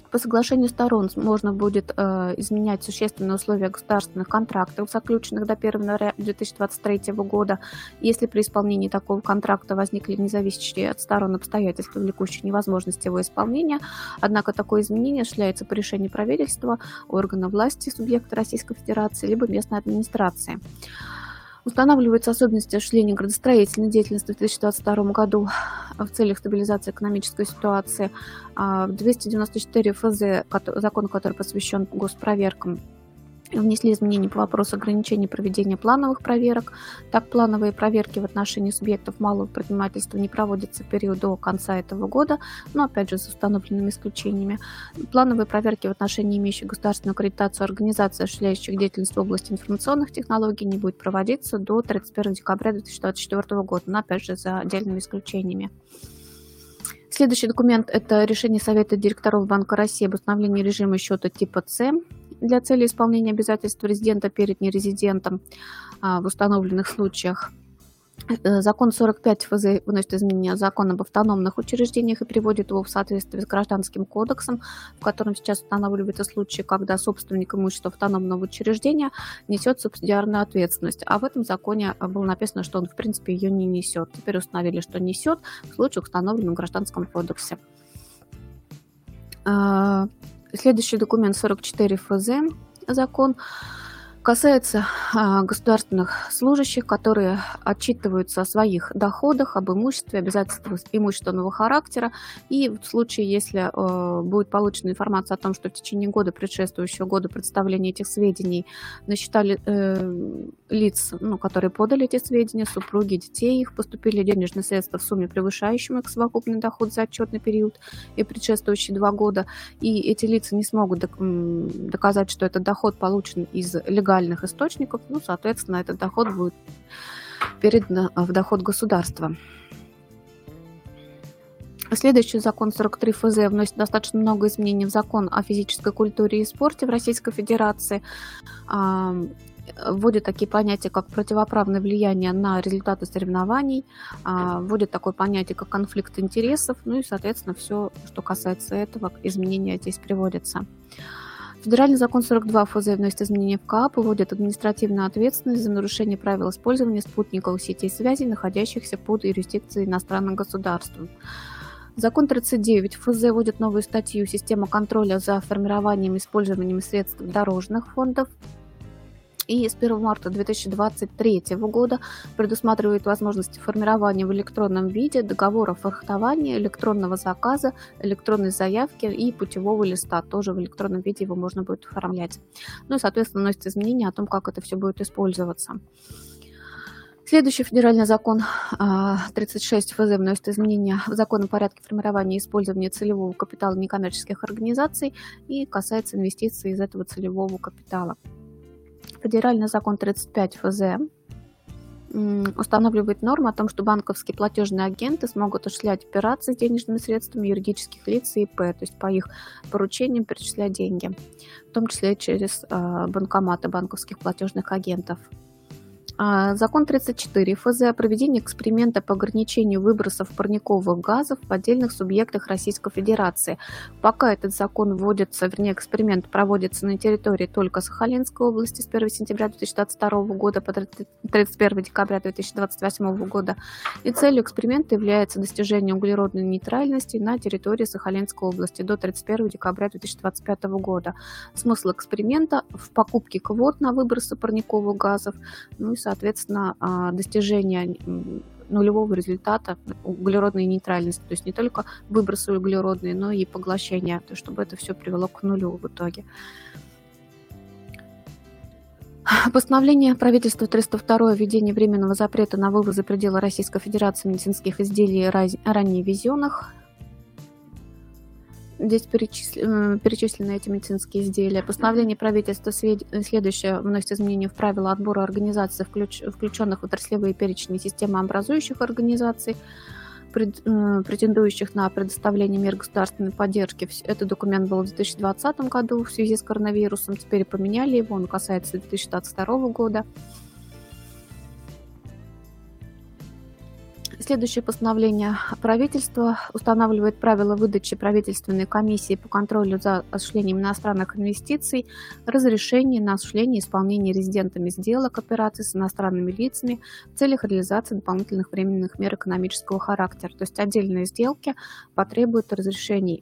По соглашению сторон можно будет изменять существенные условия государственных контрактов, заключенных до 1 января 2023 года, если при исполнении такого контракта возникли независящие от сторон обстоятельства, влекущие невозможность его исполнения. Однако такое изменение осуществляется по решению правительства, органа власти субъекта Российской Федерации либо местной администрации. Устанавливаются особенности осуществления градостроительной деятельности в 2022 году в целях стабилизации экономической ситуации. В 294 ФЗ, закон, который посвящен госпроверкам, внесли изменения по вопросу ограничения проведения плановых проверок. Так, плановые проверки в отношении субъектов малого предпринимательства не проводятся в период до конца этого года, но опять же с установленными исключениями. Плановые проверки в отношении имеющих государственную аккредитацию организаций, осуществляющих деятельность в области информационных технологий, не будет проводиться до 31 декабря 2024 года, но опять же за отдельными исключениями. Следующий документ – это решение Совета директоров Банка России об установлении режима счета типа С для цели исполнения обязательств резидента перед нерезидентом в установленных случаях. Закон 45 ФЗ вносит изменения в закон об автономных учреждениях и приводит его в соответствие с Гражданским кодексом, в котором сейчас устанавливаются случаи, когда собственник имущества автономного учреждения несет субсидиарную ответственность. А в этом законе было написано, что он в принципе ее не несет. Теперь установили, что несет в случаях, установленных в Гражданском кодексе. Следующий документ 44 ФЗ закон касается государственных служащих, которые отчитываются о своих доходах, об имуществе, обязательствах имущественного характера. И в случае, если будет получена информация о том, что в течение года, предшествующего году представления этих сведений, насчитали лиц, которые подали эти сведения, супруги, детей их, поступили денежные средства в сумме, превышающей их совокупный доход за отчетный период и предшествующие 2 года, и эти лица не смогут доказать, что этот доход получен из легальных источников, соответственно, этот доход будет передан в доход государства. Следующий закон 43 ФЗ вносит достаточно много изменений в закон о физической культуре и спорте в Российской Федерации. Вводит такие понятия, как противоправное влияние на результаты соревнований, вводит такое понятие, как конфликт интересов, и, соответственно, все, что касается этого, изменения здесь приводятся. Федеральный закон 42 ФЗ вносит изменения в КАП, вводит административную ответственность за нарушение правил использования спутниковых сетей связи, находящихся под юрисдикцией иностранных государств. Закон 39 ФЗ вводит новую статью «Система контроля за формированием и использованием средств дорожных фондов». И с 1 марта 2023 года предусматривает возможности формирования в электронном виде договоров фрахтования, электронного заказа, электронной заявки и путевого листа. Тоже в электронном виде его можно будет оформлять. И, соответственно, вносятся изменения о том, как это все будет использоваться. Следующий федеральный закон 36 ФЗ вносит изменения в закон о порядке формирования и использования целевого капитала некоммерческих организаций и касается инвестиций из этого целевого капитала. Федеральный закон 35 ФЗ устанавливает норму о том, что банковские платежные агенты смогут осуществлять операции с денежными средствами юридических лиц и ИП, то есть по их поручениям перечислять деньги, в том числе через банкоматы банковских платежных агентов. Закон 34 ФЗ о проведении эксперимента по ограничению выбросов парниковых газов в отдельных субъектах Российской Федерации. Пока этот закон вводится, эксперимент проводится на территории только Сахалинской области с 1 сентября 2022 года по 31 декабря 2028 года. И целью эксперимента является достижение углеродной нейтральности на территории Сахалинской области до 31 декабря 2025 года. Смысл эксперимента в покупке квот на выбросы парниковых газов, и, соответственно, достижение нулевого результата углеродной нейтральности, то есть не только выбросы углеродные, но и поглощение, чтобы это все привело к нулю в итоге. Постановление правительства 302 о введении временного запрета на вывоз за пределы Российской Федерации медицинских изделий ранее ввезенных. Здесь перечислены эти медицинские изделия. Постановление правительства следующее вносит изменения в правила отбора организаций, включенных в отраслевые перечни системообразующих организаций, претендующих на предоставление мер государственной поддержки. Этот документ был в 2020 году в связи с коронавирусом. Теперь поменяли его, он касается 2022 года. Следующее постановление правительства устанавливает правила выдачи правительственной комиссии по контролю за осуществлением иностранных инвестиций, разрешений на осуществление и исполнение резидентами сделок, операций с иностранными лицами в целях реализации дополнительных временных мер экономического характера. То есть отдельные сделки потребуют разрешений.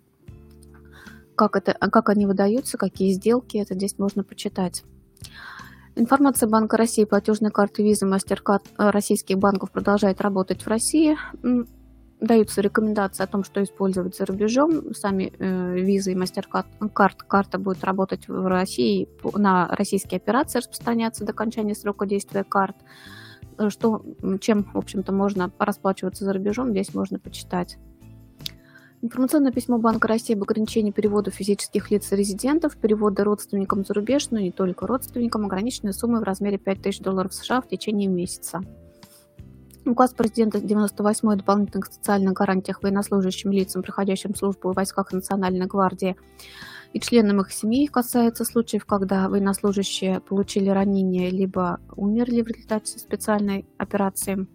Как они выдаются, какие сделки, это здесь можно почитать. Информация Банка России, платежные карты Visa, MasterCard российских банков продолжает работать в России. Даются рекомендации о том, что использовать за рубежом. Сами Visa и MasterCard карта будет работать в России, на российские операции распространяться до окончания срока действия карт. Чем, в общем-то, можно расплачиваться за рубежом, здесь можно почитать. Информационное письмо Банка России об ограничении перевода физических лиц и резидентов, перевода родственникам за рубеж, но не только родственникам, ограниченной суммы в размере $5000 США в течение месяца. Указ президента 98 о дополнительных социальных гарантиях военнослужащим лицам, проходящим службу в войсках Национальной гвардии и членам их семей, касается случаев, когда военнослужащие получили ранения либо умерли в результате специальной операции.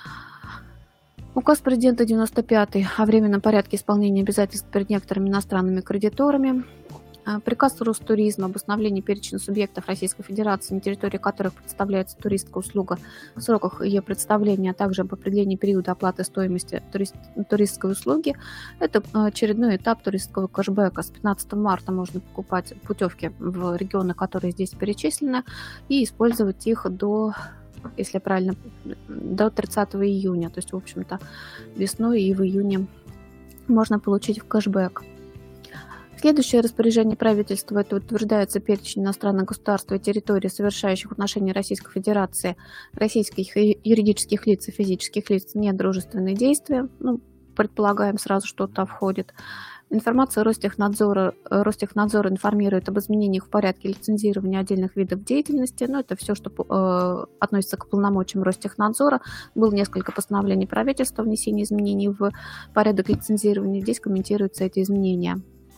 Указ президента 95 о временном порядке исполнения обязательств перед некоторыми иностранными кредиторами. Приказ Ростуризма об установлении перечня субъектов Российской Федерации, на территории которых представляется туристская услуга, в сроках ее представления, а также об определении периода оплаты стоимости туристской услуги. Это очередной этап туристского кэшбэка. С 15 марта можно покупать путевки в регионы, которые здесь перечислены, и использовать их если правильно, до 30 июня. То есть, в общем-то, весной и в июне можно получить в кэшбэк. Следующее распоряжение правительства — это утверждается перечень иностранных государств и территорий, совершающих в отношении Российской Федерации, российских юридических лиц и физических лиц недружественные действия. Предполагаем, сразу что туда входит. Информация Ростехнадзора информирует об изменениях в порядке лицензирования отдельных видов деятельности. Это все, что относится к полномочиям Ростехнадзора. Было несколько постановлений правительства о внесении изменений в порядок лицензирования. Здесь комментируются эти изменения.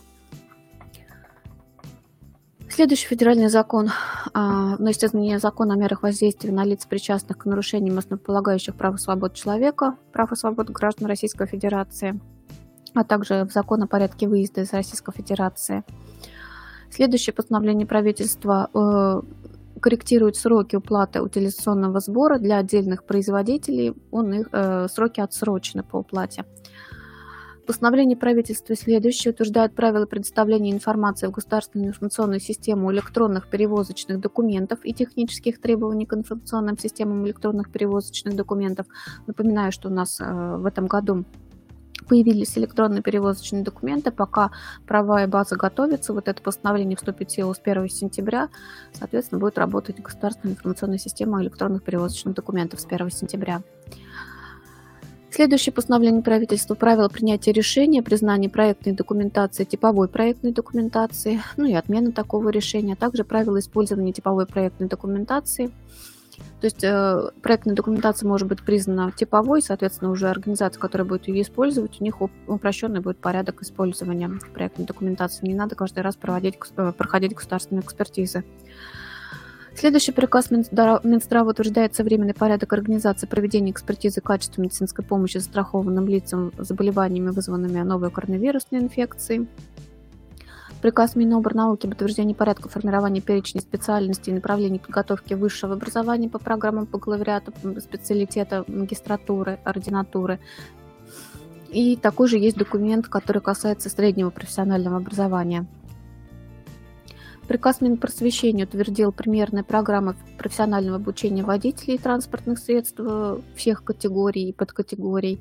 Следующий федеральный закон вносит изменение закона о мерах воздействия на лиц, причастных к нарушениям основополагающих прав и свобод человека, прав и свобод граждан Российской Федерации, а также в закон о порядке выезда из Российской Федерации. Следующее постановление правительства корректирует сроки уплаты утилизационного сбора для отдельных производителей, сроки отсрочены по уплате. Постановление правительства следующее утверждает правила предоставления информации в государственную информационную систему электронных перевозочных документов и технических требований к информационным системам электронных перевозочных документов. Напоминаю, что у нас в этом году появились электронные перевозочные документы, пока правовая база готовится, это постановление вступит в силу с 1 сентября, соответственно, будет работать государственная информационная система электронных перевозочных документов с 1 сентября. Следующее постановление правительства — правила принятия решения, признания проектной документации, типовой проектной документации, и отмена такого решения, а также правила использования типовой проектной документации. То есть проектная документация может быть признана типовой, соответственно, уже организация, которая будет ее использовать, у них упрощенный будет порядок использования проектной документации. Не надо каждый раз проходить государственные экспертизы. Следующий приказ Минздрава утверждает современный порядок организации проведения экспертизы качества медицинской помощи застрахованным лицам с заболеваниями, вызванными новой коронавирусной инфекцией. Приказ Миноборнауки об утверждении порядка формирования перечня специальностей и направлений подготовки высшего образования по программам бакалавриата, специалитета, магистратуры, ординатуры. И такой же есть документ, который касается среднего профессионального образования. Приказ Минпросвещения утвердил примерные программы профессионального обучения водителей транспортных средств всех категорий и подкатегорий.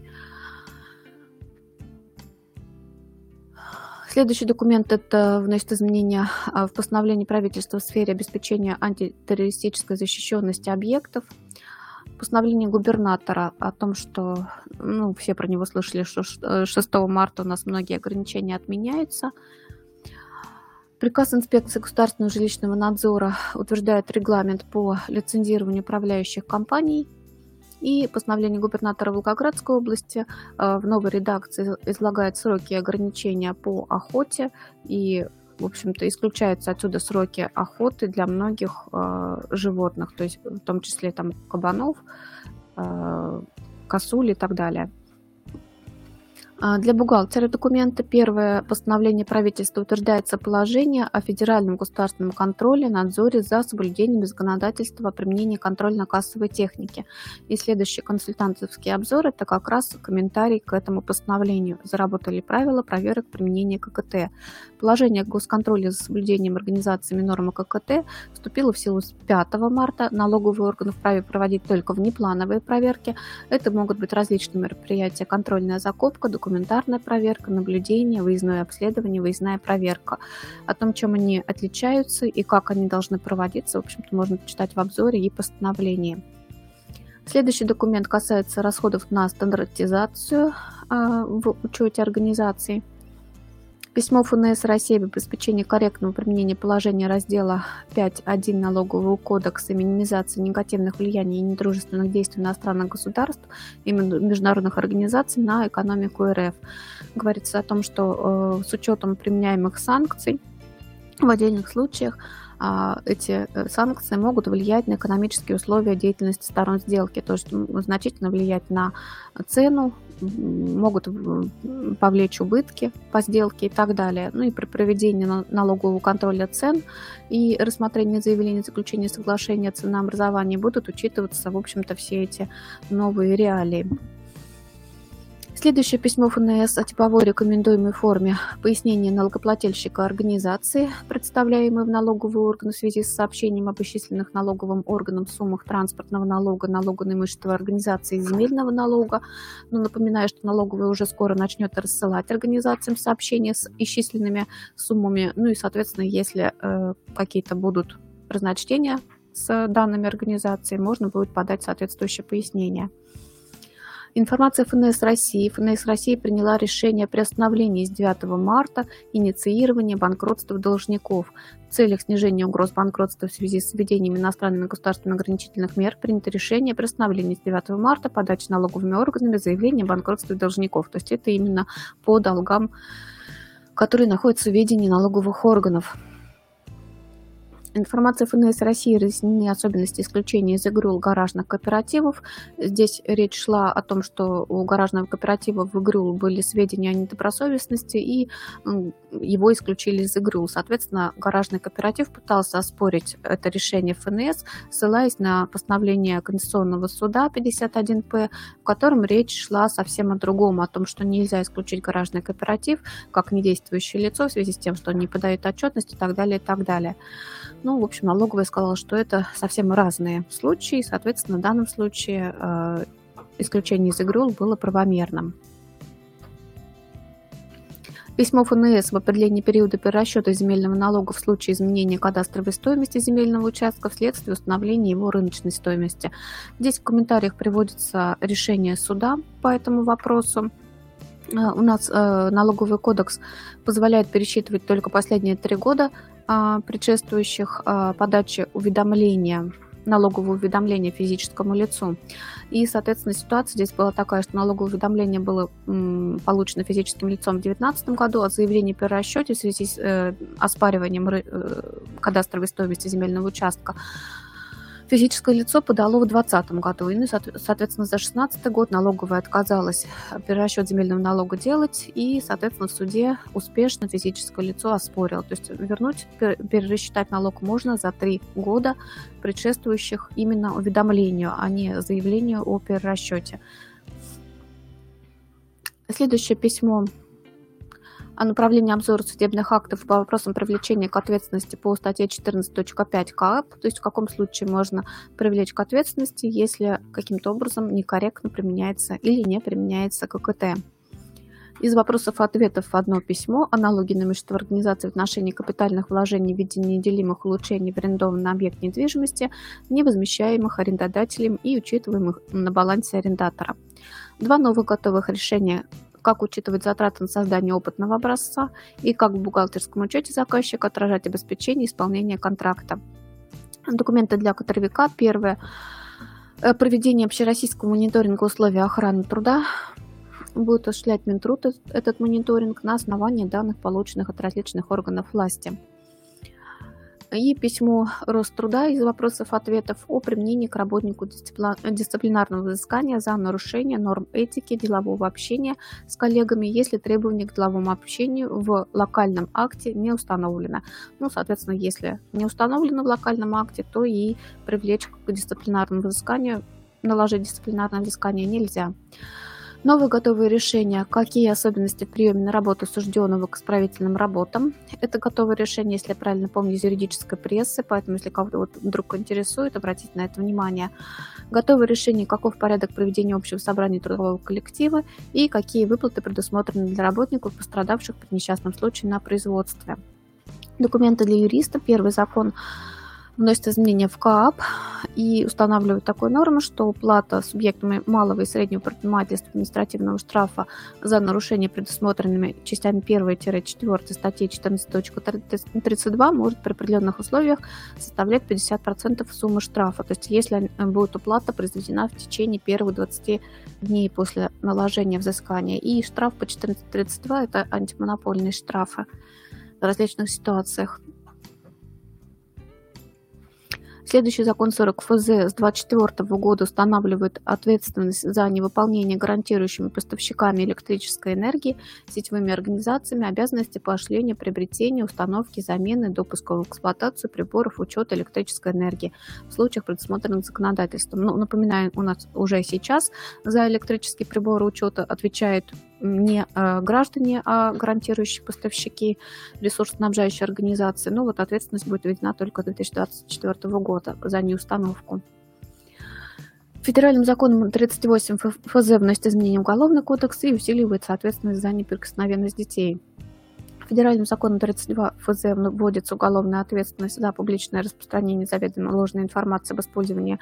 Следующий документ — это вносит изменения в постановление правительства в сфере обеспечения антитеррористической защищенности объектов. Постановление губернатора о том, что, все про него слышали, что 6 марта у нас многие ограничения отменяются. Приказ инспекции государственного жилищного надзора утверждает регламент по лицензированию управляющих компаний. И постановление губернатора Волгоградской области в новой редакции излагает сроки ограничения по охоте. И, в общем-то, исключаются отсюда сроки охоты для многих животных, то есть в том числе кабанов, косуль и так далее. Для бухгалтера документа первое постановление правительства утверждается положение о федеральном государственном контроле, надзоре за соблюдением законодательства о применении контрольно-кассовой техники. И следующий консультантский обзор – это как раз комментарий к этому постановлению. Заработали правила проверок применения ККТ. Положение о госконтроле за соблюдением организациями нормы ККТ вступило в силу с 5 марта. Налоговые органы вправе проводить только внеплановые проверки. Это могут быть различные мероприятия: контрольная закупка, документарная проверка, наблюдение, выездное обследование, выездная проверка. О том, чем они отличаются и как они должны проводиться, в общем-то, можно почитать в обзоре и постановлении. Следующий документ касается расходов на стандартизацию в учете организаций. Письмо ФНС России об обеспечении корректного применения положения раздела 5.1 Налогового кодекса и минимизации негативных влияний и недружественных действий иностранных государств и международных организаций на экономику РФ. Говорится о том, что с учетом применяемых санкций в отдельных случаях эти санкции могут влиять на экономические условия деятельности сторон сделки, то есть значительно влиять на цену, могут повлечь убытки по сделке и так далее. Ну и при проведении налогового контроля цен и рассмотрении заявлений заключения соглашения о ценообразовании будут учитываться, в общем-то, все эти новые реалии. Следующее письмо ФНС о типовой рекомендуемой форме пояснения налогоплательщика организации, представляемой в налоговый орган в связи с сообщением об исчисленных налоговым органам суммах транспортного налога, налога на имущество организации и земельного налога. Но напоминаю, что налоговая уже скоро начнет рассылать организациям сообщения с исчисленными суммами. Ну и, соответственно, если какие-то будут разночтения с данными организацией, можно будет подать соответствующее пояснение. Информация ФНС России. ФНС России приняла решение о приостановлении с 9 марта инициирования банкротства должников. В целях снижения угроз банкротства в связи с введением иностранными государственными ограничительных мер принято решение о приостановлении с 9 марта подачи налоговыми органами заявления о банкротстве должников. То есть это именно по долгам, которые находятся в ведении налоговых органов. Информация ФНС России разъяснены особенности исключения из ИГРЮЛ гаражных кооперативов. Здесь речь шла о том, что у гаражного кооператива в ИГРЮЛ были сведения о недобросовестности, и его исключили из ИГРЮЛ. Соответственно, гаражный кооператив пытался оспорить это решение ФНС, ссылаясь на постановление Конституционного суда 51-П, в котором речь шла совсем о другом, о том, что нельзя исключить гаражный кооператив как недействующее лицо в связи с тем, что он не подает отчетность и так далее, и так далее. Ну, в общем, налоговая сказала, что это совсем разные случаи, и, соответственно, в данном случае исключение из ИГРЮЛ было правомерным. Письмо ФНС в определении периода перерасчета земельного налога в случае изменения кадастровой стоимости земельного участка вследствие установления его рыночной стоимости. Здесь в комментариях приводится решение суда по этому вопросу. У нас налоговый кодекс позволяет пересчитывать только последние 3 года предшествующих подаче уведомления, налогового уведомления физическому лицу. И, соответственно, ситуация здесь была такая, что налоговое уведомление было получено физическим лицом в 2019 году, а заявление о перерасчете в связи с оспариванием кадастровой стоимости земельного участка физическое лицо подало в 2020 году. И, соответственно, за 2016 год налоговая отказалась перерасчет земельного налога делать, и, соответственно, в суде успешно физическое лицо оспорило. То есть вернуть, перерасчитать налог можно за 3 года, предшествующих именно уведомлению, а не заявлению о перерасчете. Следующее письмо о направлении обзора судебных актов по вопросам привлечения к ответственности по статье 14.5 КАП, то есть в каком случае можно привлечь к ответственности, если каким-то образом некорректно применяется или не применяется ККТ. Из вопросов-ответов одно письмо о налоге на имущество организации в отношении капитальных вложений в виде неделимых улучшений в арендованный объект недвижимости, не возмещаемых арендодателем и учитываемых на балансе арендатора. 2 новых готовых решения: как учитывать затраты на создание опытного образца и как в бухгалтерском учете заказчика отражать обеспечение исполнения контракта. Документы для кадровика. Первое. Проведение общероссийского мониторинга условий охраны труда. Будет осуществлять Минтруд этот мониторинг на основании данных, полученных от различных органов власти. И письмо Роструда из вопросов-ответов о применении к работнику дисциплинарного взыскания за нарушение норм этики делового общения с коллегами, если требование к деловому общению в локальном акте не установлено. Ну, соответственно, если не установлено в локальном акте, то и привлечь к дисциплинарному взысканию, наложить дисциплинарное взыскание нельзя. Новые готовые решения. Какие особенности в приеме на работу осужденного к исправительным работам? Это готовые решения, если я правильно помню, из юридической прессы, поэтому, если кого-то вдруг интересует, обратите на это внимание. Готовые решения, каков порядок проведения общего собрания трудового коллектива и какие выплаты предусмотрены для работников, пострадавших при несчастном случае на производстве. Документы для юриста. Первый закон вносит изменения в КоАП и устанавливает такую норму, что уплата субъектами малого и среднего предпринимательства административного штрафа за нарушение, предусмотренными частями 1-4 статьи 14.32, может при определенных условиях составлять 50% суммы штрафа. То есть если будет уплата произведена в течение первых 20 дней после наложения взыскания. И штраф по 14.32 – это антимонопольные штрафы в различных ситуациях. Следующий закон 40 ФЗ с 2024 года устанавливает ответственность за невыполнение гарантирующими поставщиками электрической энергии сетевыми организациями обязанности по осуществлению приобретения, установки, замены, допуска в эксплуатацию приборов учета электрической энергии в случаях, предусмотренных законодательством. Ну, напоминаю, у нас уже сейчас за электрические приборы учета отвечают не граждане, а гарантирующие поставщики, ресурсоснабжающие организации. Но вот ответственность будет введена только с 2024 года за неустановку. Федеральным законом 38 ФЗ вносит изменения в Уголовный кодекс и усиливается ответственность за неприкосновенность детей. Федеральным законом 32 ФЗ вводится уголовная ответственность за публичное распространение заведомо ложной информации об использовании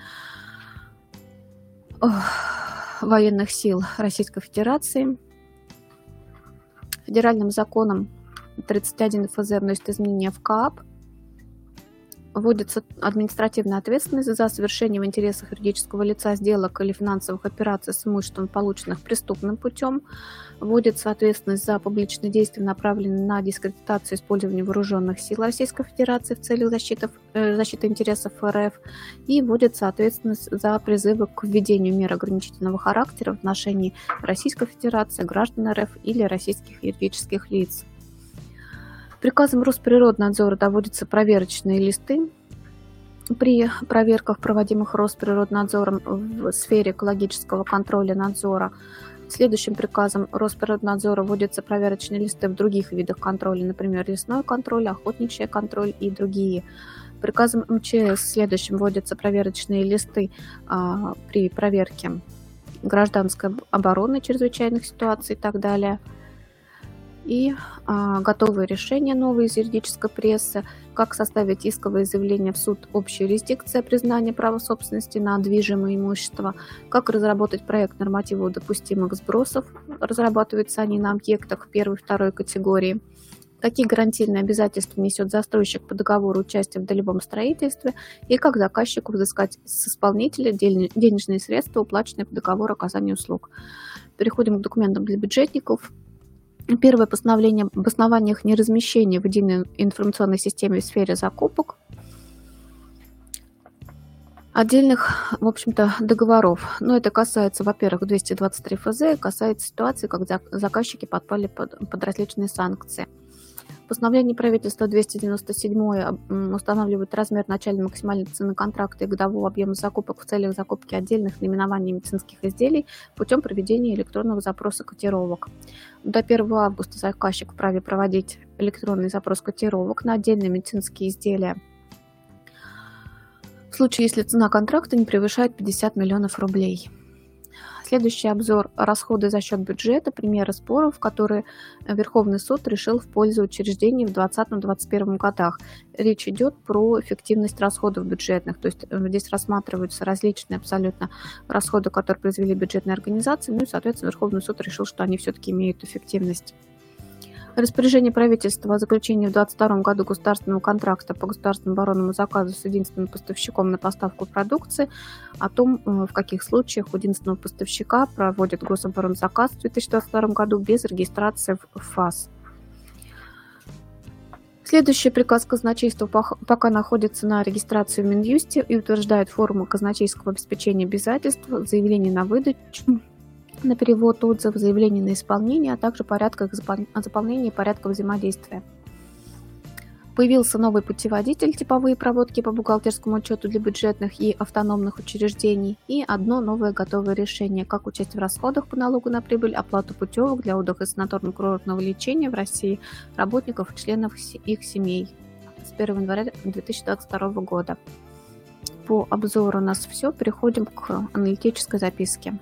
военных сил Российской Федерации. Федеральным законом 31 ФЗ вносит изменения в КоАП. Вводится административная ответственность за совершение в интересах юридического лица сделок или финансовых операций с имуществом, полученных преступным путем. Вводится ответственность за публичные действия, направленные на дискредитацию использования вооруженных сил Российской Федерации в целях защиты интересов РФ. И вводится ответственность за призывы к введению мер ограничительного характера в отношении Российской Федерации, граждан РФ или российских юридических лиц. Приказом Росприроднадзора доводятся проверочные листы при проверках, проводимых Росприроднадзором в сфере экологического контроля надзора. Следующим приказом Росприроднадзора вводятся проверочные листы в других видах контроля, например, лесной контроль, охотничий контроль и другие. Приказом МЧС следующим вводятся проверочные листы при проверке гражданской обороны, чрезвычайных ситуаций и так далее. И готовые решения новые из юридической прессы, как составить исковое заявление в суд общей юрисдикции о признании права собственности на движимое имущество, как разработать проект нормативов допустимых сбросов, разрабатываются они на объектах первой и второй категории, какие гарантийные обязательства несет застройщик по договору участия в долевом строительстве и как заказчику взыскать с исполнителя денежные средства, уплаченные по договору оказания услуг. Переходим к документам для бюджетников. Первое постановление об основаниях неразмещения в единой информационной системе в сфере закупок отдельных, в общем-то, договоров. Но это касается, во-первых, 223 ФЗ, касается ситуации, когда заказчики подпали под различные санкции. Постановление правительства 297 устанавливает размер начальной максимальной цены контракта и годового объема закупок в целях закупки отдельных наименований медицинских изделий путем проведения электронного запроса котировок. До 1 августа заказчик вправе проводить электронный запрос котировок на отдельные медицинские изделия в случае, если цена контракта не превышает 50 миллионов рублей. Следующий обзор – расходы за счет бюджета, примеры споров, которые Верховный суд решил в пользу учреждений в 2020-2021 годах. Речь идет про эффективность расходов бюджетных, то есть здесь рассматриваются различные абсолютно расходы, которые произвели бюджетные организации, ну и, соответственно, Верховный суд решил, что они все-таки имеют эффективность. Распоряжение правительства о заключении в 2022 году государственного контракта по государственному оборонному заказу с единственным поставщиком на поставку продукции, о том, в каких случаях у единственного поставщика проводят гособоронзаказ в 2022 году без регистрации в ФАС. Следующий приказ казначейства пока находится на регистрации в Минюсте и утверждает форму казначейского обеспечения обязательств, заявление на выдачу, на перевод отзыв, заявление на исполнение, а также порядка их заполнения и порядка взаимодействия. Появился новый путеводитель «Типовые проводки по бухгалтерскому учету для бюджетных и автономных учреждений» и одно новое готовое решение, как учесть в расходах по налогу на прибыль оплату путевок для отдыха и санаторно-курортного лечения в России работников и членов их семей с 1 января 2022 года. По обзору у нас все. Переходим к аналитической записке.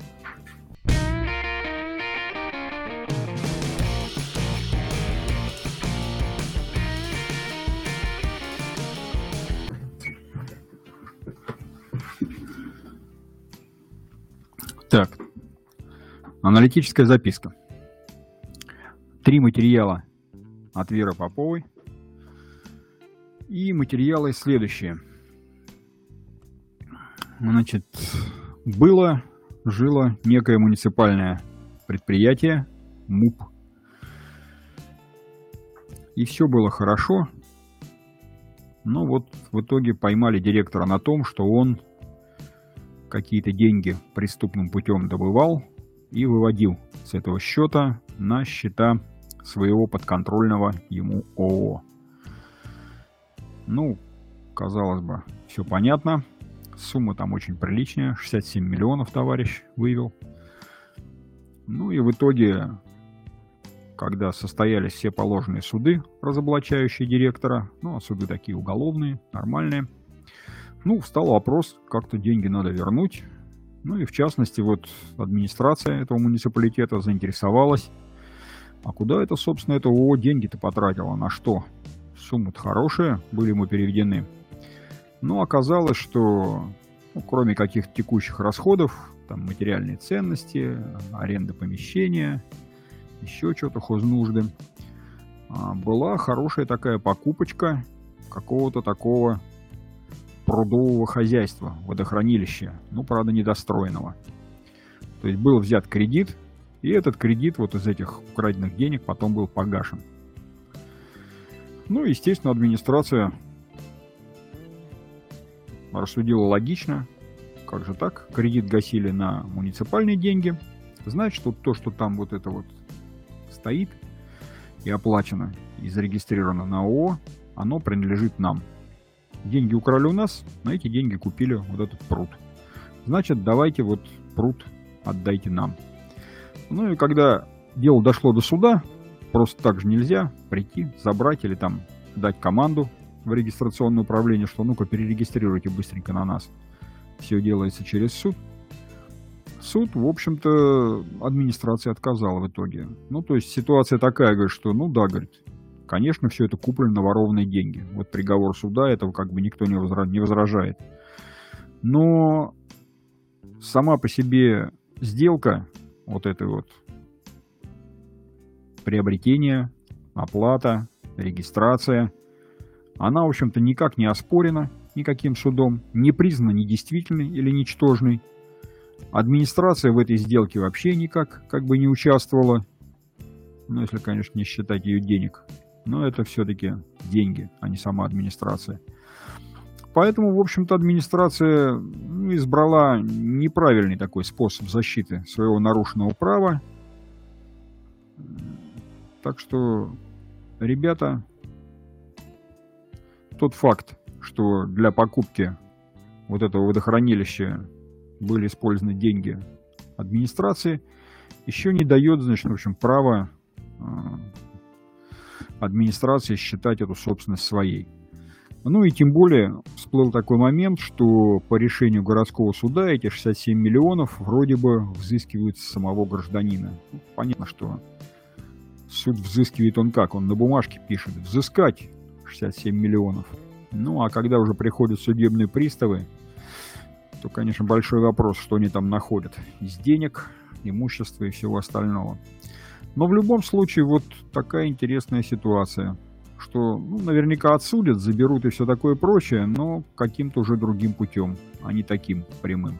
Так, аналитическая записка. 3 материала от Веры Поповой. И материалы следующие. Значит, жило некое муниципальное предприятие, МУП. И все было хорошо. Но вот в итоге поймали директора на том, что он какие-то деньги преступным путем добывал и выводил с этого счета на счета своего подконтрольного ему ООО. Ну, казалось бы, все понятно. Сумма там очень приличная. 67 миллионов товарищ вывел. Ну и в итоге, когда состоялись все положенные суды, разоблачающие директора, ну, а суды такие уголовные, нормальные, ну, встал вопрос, как-то деньги надо вернуть. Ну и в частности, вот администрация этого муниципалитета заинтересовалась, а куда это, собственно, это ООО деньги-то потратило, на что? Суммы-то хорошие были ему переведены. Но оказалось, что кроме каких-то текущих расходов, там материальные ценности, аренда помещения, еще что-то, хознужды, была хорошая такая покупочка какого-то такого прудового хозяйства, водохранилища, ну, правда, недостроенного. То есть был взят кредит, и этот кредит вот из этих украденных денег потом был погашен. Ну, естественно, администрация рассудила логично. Как же так? Кредит гасили на муниципальные деньги. Значит, вот то, что там вот это вот стоит и оплачено, и зарегистрировано на ООО, оно принадлежит нам. Деньги украли у нас, на эти деньги купили вот этот пруд. Значит, давайте вот пруд отдайте нам. Ну и когда дело дошло до суда, просто так же нельзя прийти, забрать или там дать команду в регистрационное управление, что ну-ка перерегистрируйте быстренько на нас. Все делается через суд. Суд, в общем-то, администрация отказала в итоге. Ну, то есть ситуация такая, говорит, что ну да, говорит, конечно, все это куплено на ворованные деньги. Вот приговор суда, этого как бы никто не возражает. Но сама по себе сделка, вот это вот приобретение, оплата, регистрация, она, в общем-то, никак не оспорена никаким судом, не признана недействительной или ничтожной. Администрация в этой сделке вообще никак как бы не участвовала. Ну, если, конечно, не считать ее денег. Но это все-таки деньги, а не сама администрация. Поэтому, в общем-то, администрация избрала неправильный такой способ защиты своего нарушенного права. Так что, ребята, тот факт, что для покупки вот этого водохранилища были использованы деньги администрации, еще не дает, значит, в общем, права администрации считать эту собственность своей. Ну и тем более всплыл такой момент, что по решению городского суда эти 67 миллионов вроде бы взыскиваются с самого гражданина. Ну, понятно, что суд взыскивает он как? Он на бумажке пишет «взыскать 67 миллионов». Ну а когда уже приходят судебные приставы, то, конечно, большой вопрос, что они там находят из денег, имущества и всего остального. Но в любом случае вот такая интересная ситуация, что ну, наверняка отсудят, заберут и все такое прочее, но каким-то уже другим путем, а не таким прямым.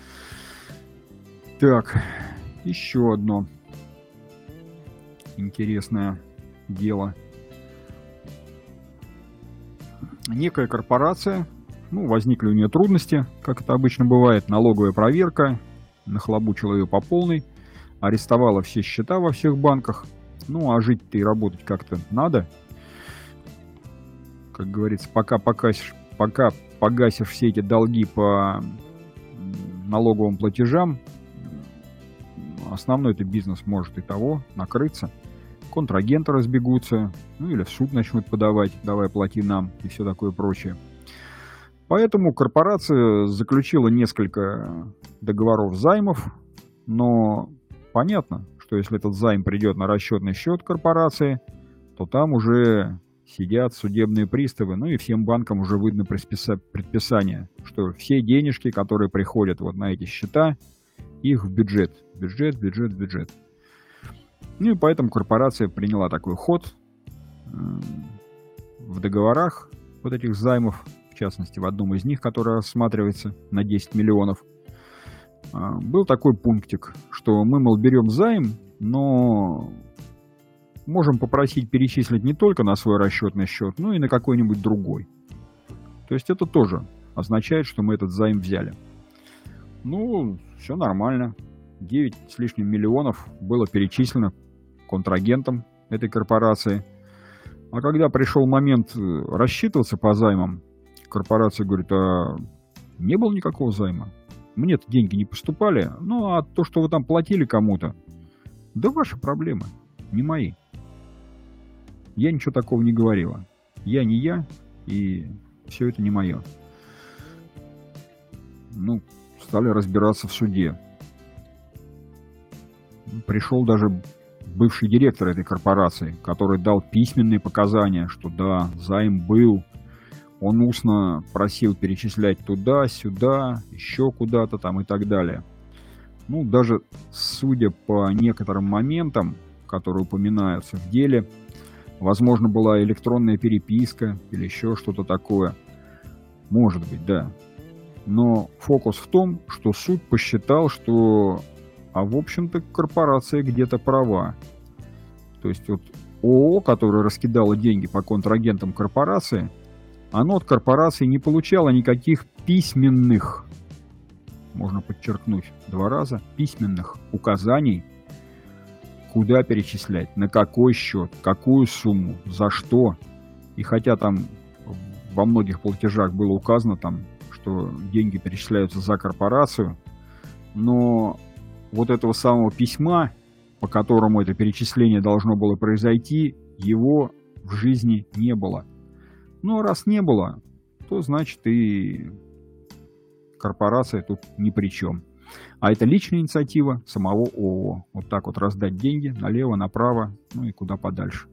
Так, еще одно интересное дело. некая корпорация, ну, возникли у нее трудности, как это обычно бывает, налоговая проверка, нахлобучила ее по полной, арестовала все счета во всех банках, ну, а жить-то и работать как-то надо. Как говорится, пока погасишь все эти долги по налоговым платежам, основной этот бизнес может и того накрыться. Контрагенты разбегутся, ну или в суд начнут подавать, давай плати нам и все такое прочее. Поэтому корпорация заключила несколько договоров займов, но понятно, что если этот займ придет на расчетный счет корпорации, то там уже сидят судебные приставы, ну и всем банкам уже выдано предписание, что все денежки, которые приходят вот на эти счета, их в бюджет. Ну и поэтому корпорация приняла такой ход в договорах вот этих займов, в частности, в одном из них, который рассматривается на 10 миллионов, был такой пунктик, что мы, мол, берем займ, но можем попросить перечислить не только на свой расчетный счет, но и на какой-нибудь другой. То есть это тоже означает, что мы этот займ взяли. Ну, все нормально. 9 с лишним миллионов было перечислено контрагентам этой корпорации. А когда пришел момент рассчитываться по займам, корпорация говорит, а не было никакого займа. Мне-то деньги не поступали. Ну, а то, что вы там платили кому-то, да ваши проблемы, не мои. Я ничего такого не говорила. Я не я, и все это не мое. Ну, стали разбираться в суде. Пришел даже бывший директор этой корпорации, который дал письменные показания, что да, займ был. Он устно просил перечислять туда, сюда, еще куда-то там и так далее. Ну, даже судя по некоторым моментам, которые упоминаются в деле, возможно, была электронная переписка или еще что-то такое. Может быть, да. Но фокус в том, что суд посчитал, что, в общем-то, корпорация где-то права. То есть вот ООО, которое раскидало деньги по контрагентам корпорации, оно от корпорации не получало никаких письменных, можно подчеркнуть 2 раза, письменных указаний, куда перечислять, на какой счет, какую сумму, за что. И хотя там во многих платежах было указано, там, что деньги перечисляются за корпорацию, но вот этого самого письма, по которому это перечисление должно было произойти, его в жизни не было. Ну, а раз не было, то значит и корпорация тут ни при чем. А это личная инициатива самого ООО. Вот так вот раздать деньги налево, направо, ну и куда подальше.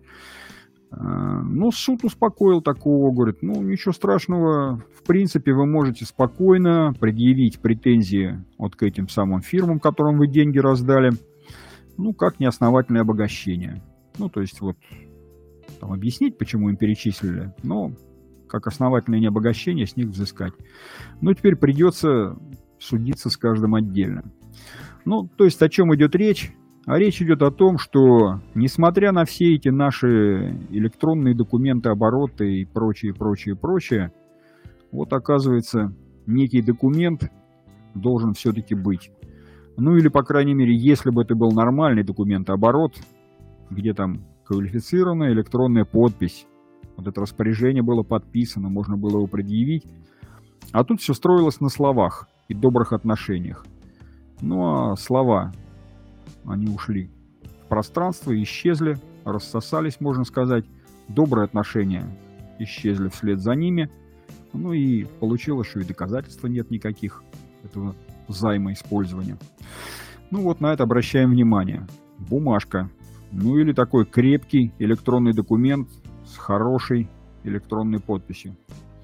Ну, суд успокоил такого, говорит, ну, ничего страшного, в принципе, вы можете спокойно предъявить претензии вот к этим самым фирмам, которым вы деньги раздали, ну, как неосновательное обогащение. Ну, то есть, вот, там, объяснить, почему им перечислили, но как основательное необогащение с них взыскать. Но теперь придется судиться с каждым отдельно. Ну, то есть, о чем идет речь? А речь идет о том, что, несмотря на все эти наши электронные документы оборота и прочее, вот оказывается, некий документ должен все-таки быть. Ну или, по крайней мере, если бы это был нормальный документооборот, где там квалифицированная электронная подпись, вот это распоряжение было подписано, можно было его предъявить, а тут все строилось на словах и добрых отношениях. Ну а слова, они ушли в пространство, исчезли, рассосались, можно сказать. Добрые отношения исчезли вслед за ними. Ну и получилось, что и доказательства нет никаких этого займа использования. Ну вот на это обращаем внимание. Бумажка. Ну или такой крепкий электронный документ с хорошей электронной подписью.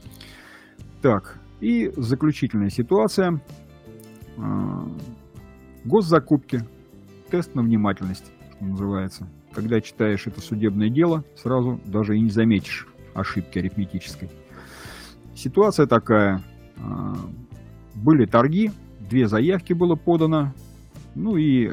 Так, и заключительная ситуация. Госзакупки. Тест на внимательность, что называется. Когда читаешь это судебное дело, сразу даже и не заметишь ошибки арифметической. Ситуация такая. Были торги, 2 заявки было подано, ну и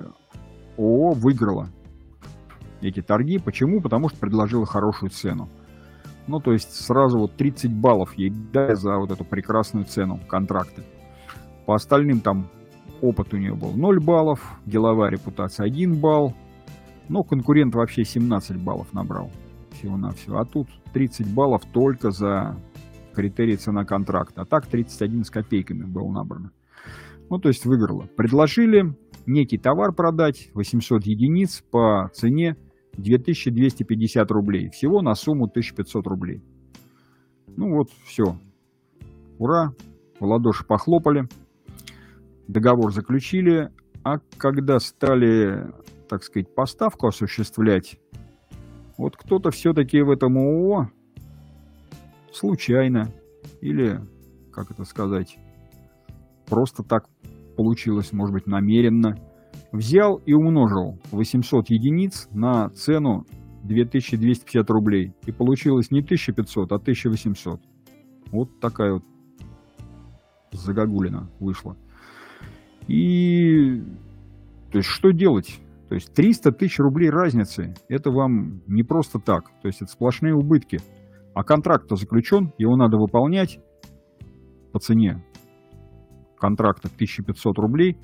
ООО выиграла эти торги. Почему? Потому что предложила хорошую цену. Ну, то есть сразу вот 30 баллов ей дали за вот эту прекрасную цену контракта. По остальным там опыт у нее был 0 баллов, деловая репутация 1 балл, но конкурент вообще 17 баллов набрал всего-навсего. А тут 30 баллов только за критерий цена контракта. А так 31 с копейками было набрано. Ну, то есть выиграла. Предложили некий товар продать, 800 единиц по цене 2250 рублей. Всего на сумму 1500 рублей. Ну вот, все. Ура. В ладоши похлопали. Договор заключили. А когда стали, так сказать, поставку осуществлять, вот кто-то все-таки в этом ООО случайно или, как это сказать, просто так получилось, может быть, намеренно, взял и умножил 800 единиц на цену 2250 рублей. И получилось не 1500, а 1800. Вот такая вот загогулина вышла. И то есть что делать? То есть 300 тысяч рублей разницы. Это вам не просто так. То есть это сплошные убытки. А контракт-то заключен, его надо выполнять по цене контракта 1500 рублей.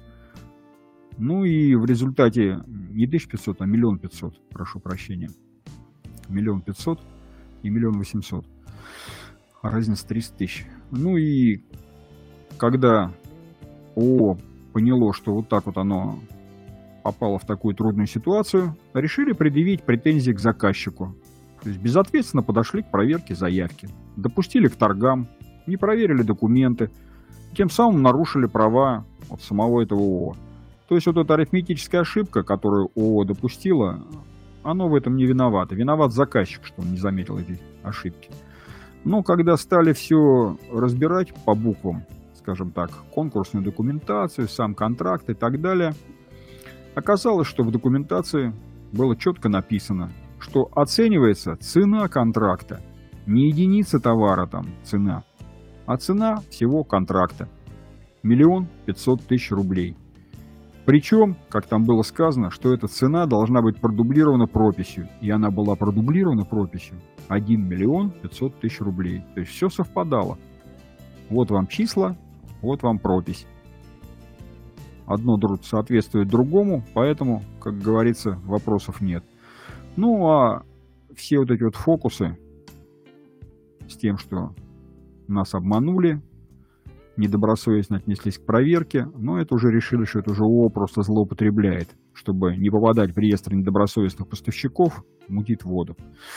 Ну и в результате не 1500, а 1 500 000, прошу прощения. 1 500 000 и 1 800 000. Разница 300 тысяч. Ну и когда ООО поняло, что вот так вот оно попало в такую трудную ситуацию, решили предъявить претензии к заказчику. То есть безответственно подошли к проверке заявки. Допустили к торгам, не проверили документы, тем самым нарушили права вот самого этого ООО. То есть вот эта арифметическая ошибка, которую ООО допустила, оно в этом не виновато. Виноват заказчик, что он не заметил эти ошибки. Но когда стали все разбирать по буквам, скажем так, конкурсную документацию, сам контракт и так далее, оказалось, что в документации было четко написано, что оценивается цена контракта, не единица товара там цена, а цена всего контракта 1 500 000 рублей. Причем, как там было сказано, что эта цена должна быть продублирована прописью. И она была продублирована прописью 1 500 000 рублей. То есть все совпадало. Вот вам числа, вот вам пропись. Одно соответствует другому, поэтому, как говорится, вопросов нет. Ну а все вот эти вот фокусы с тем, что нас обманули, недобросовестно отнеслись к проверке, но это уже решили, что это уже ООО просто злоупотребляет, чтобы не попадать в реестр недобросовестных поставщиков, мутит воду.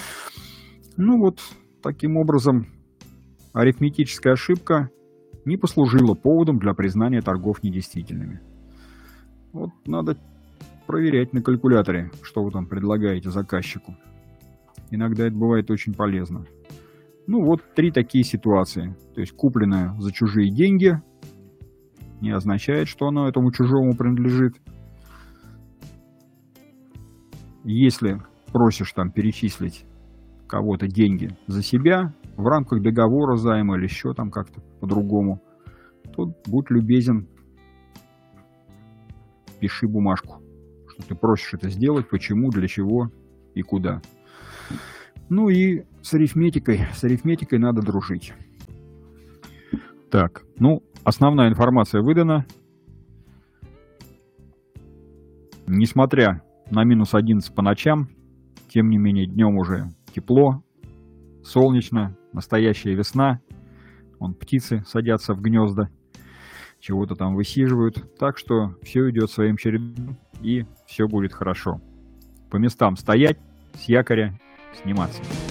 Ну вот, таким образом, арифметическая ошибка не послужила поводом для признания торгов недействительными. Вот надо проверять на калькуляторе, что вы там предлагаете заказчику. Иногда это бывает очень полезно. Ну вот 3 такие ситуации. То есть купленное за чужие деньги не означает, что оно этому чужому принадлежит. Если просишь там перечислить кого-то деньги за себя в рамках договора займа или еще там как-то по-другому, то будь любезен, пиши бумажку, что ты просишь это сделать, почему, для чего и куда. Ну и с арифметикой надо дружить. Так, ну, основная информация выдана. Несмотря на минус 11 по ночам, тем не менее днем уже тепло, солнечно, настоящая весна. Вон птицы садятся в гнезда, чего-то там высиживают. Так что все идет своим чередом и все будет хорошо. По местам стоять, с якоря сниматься.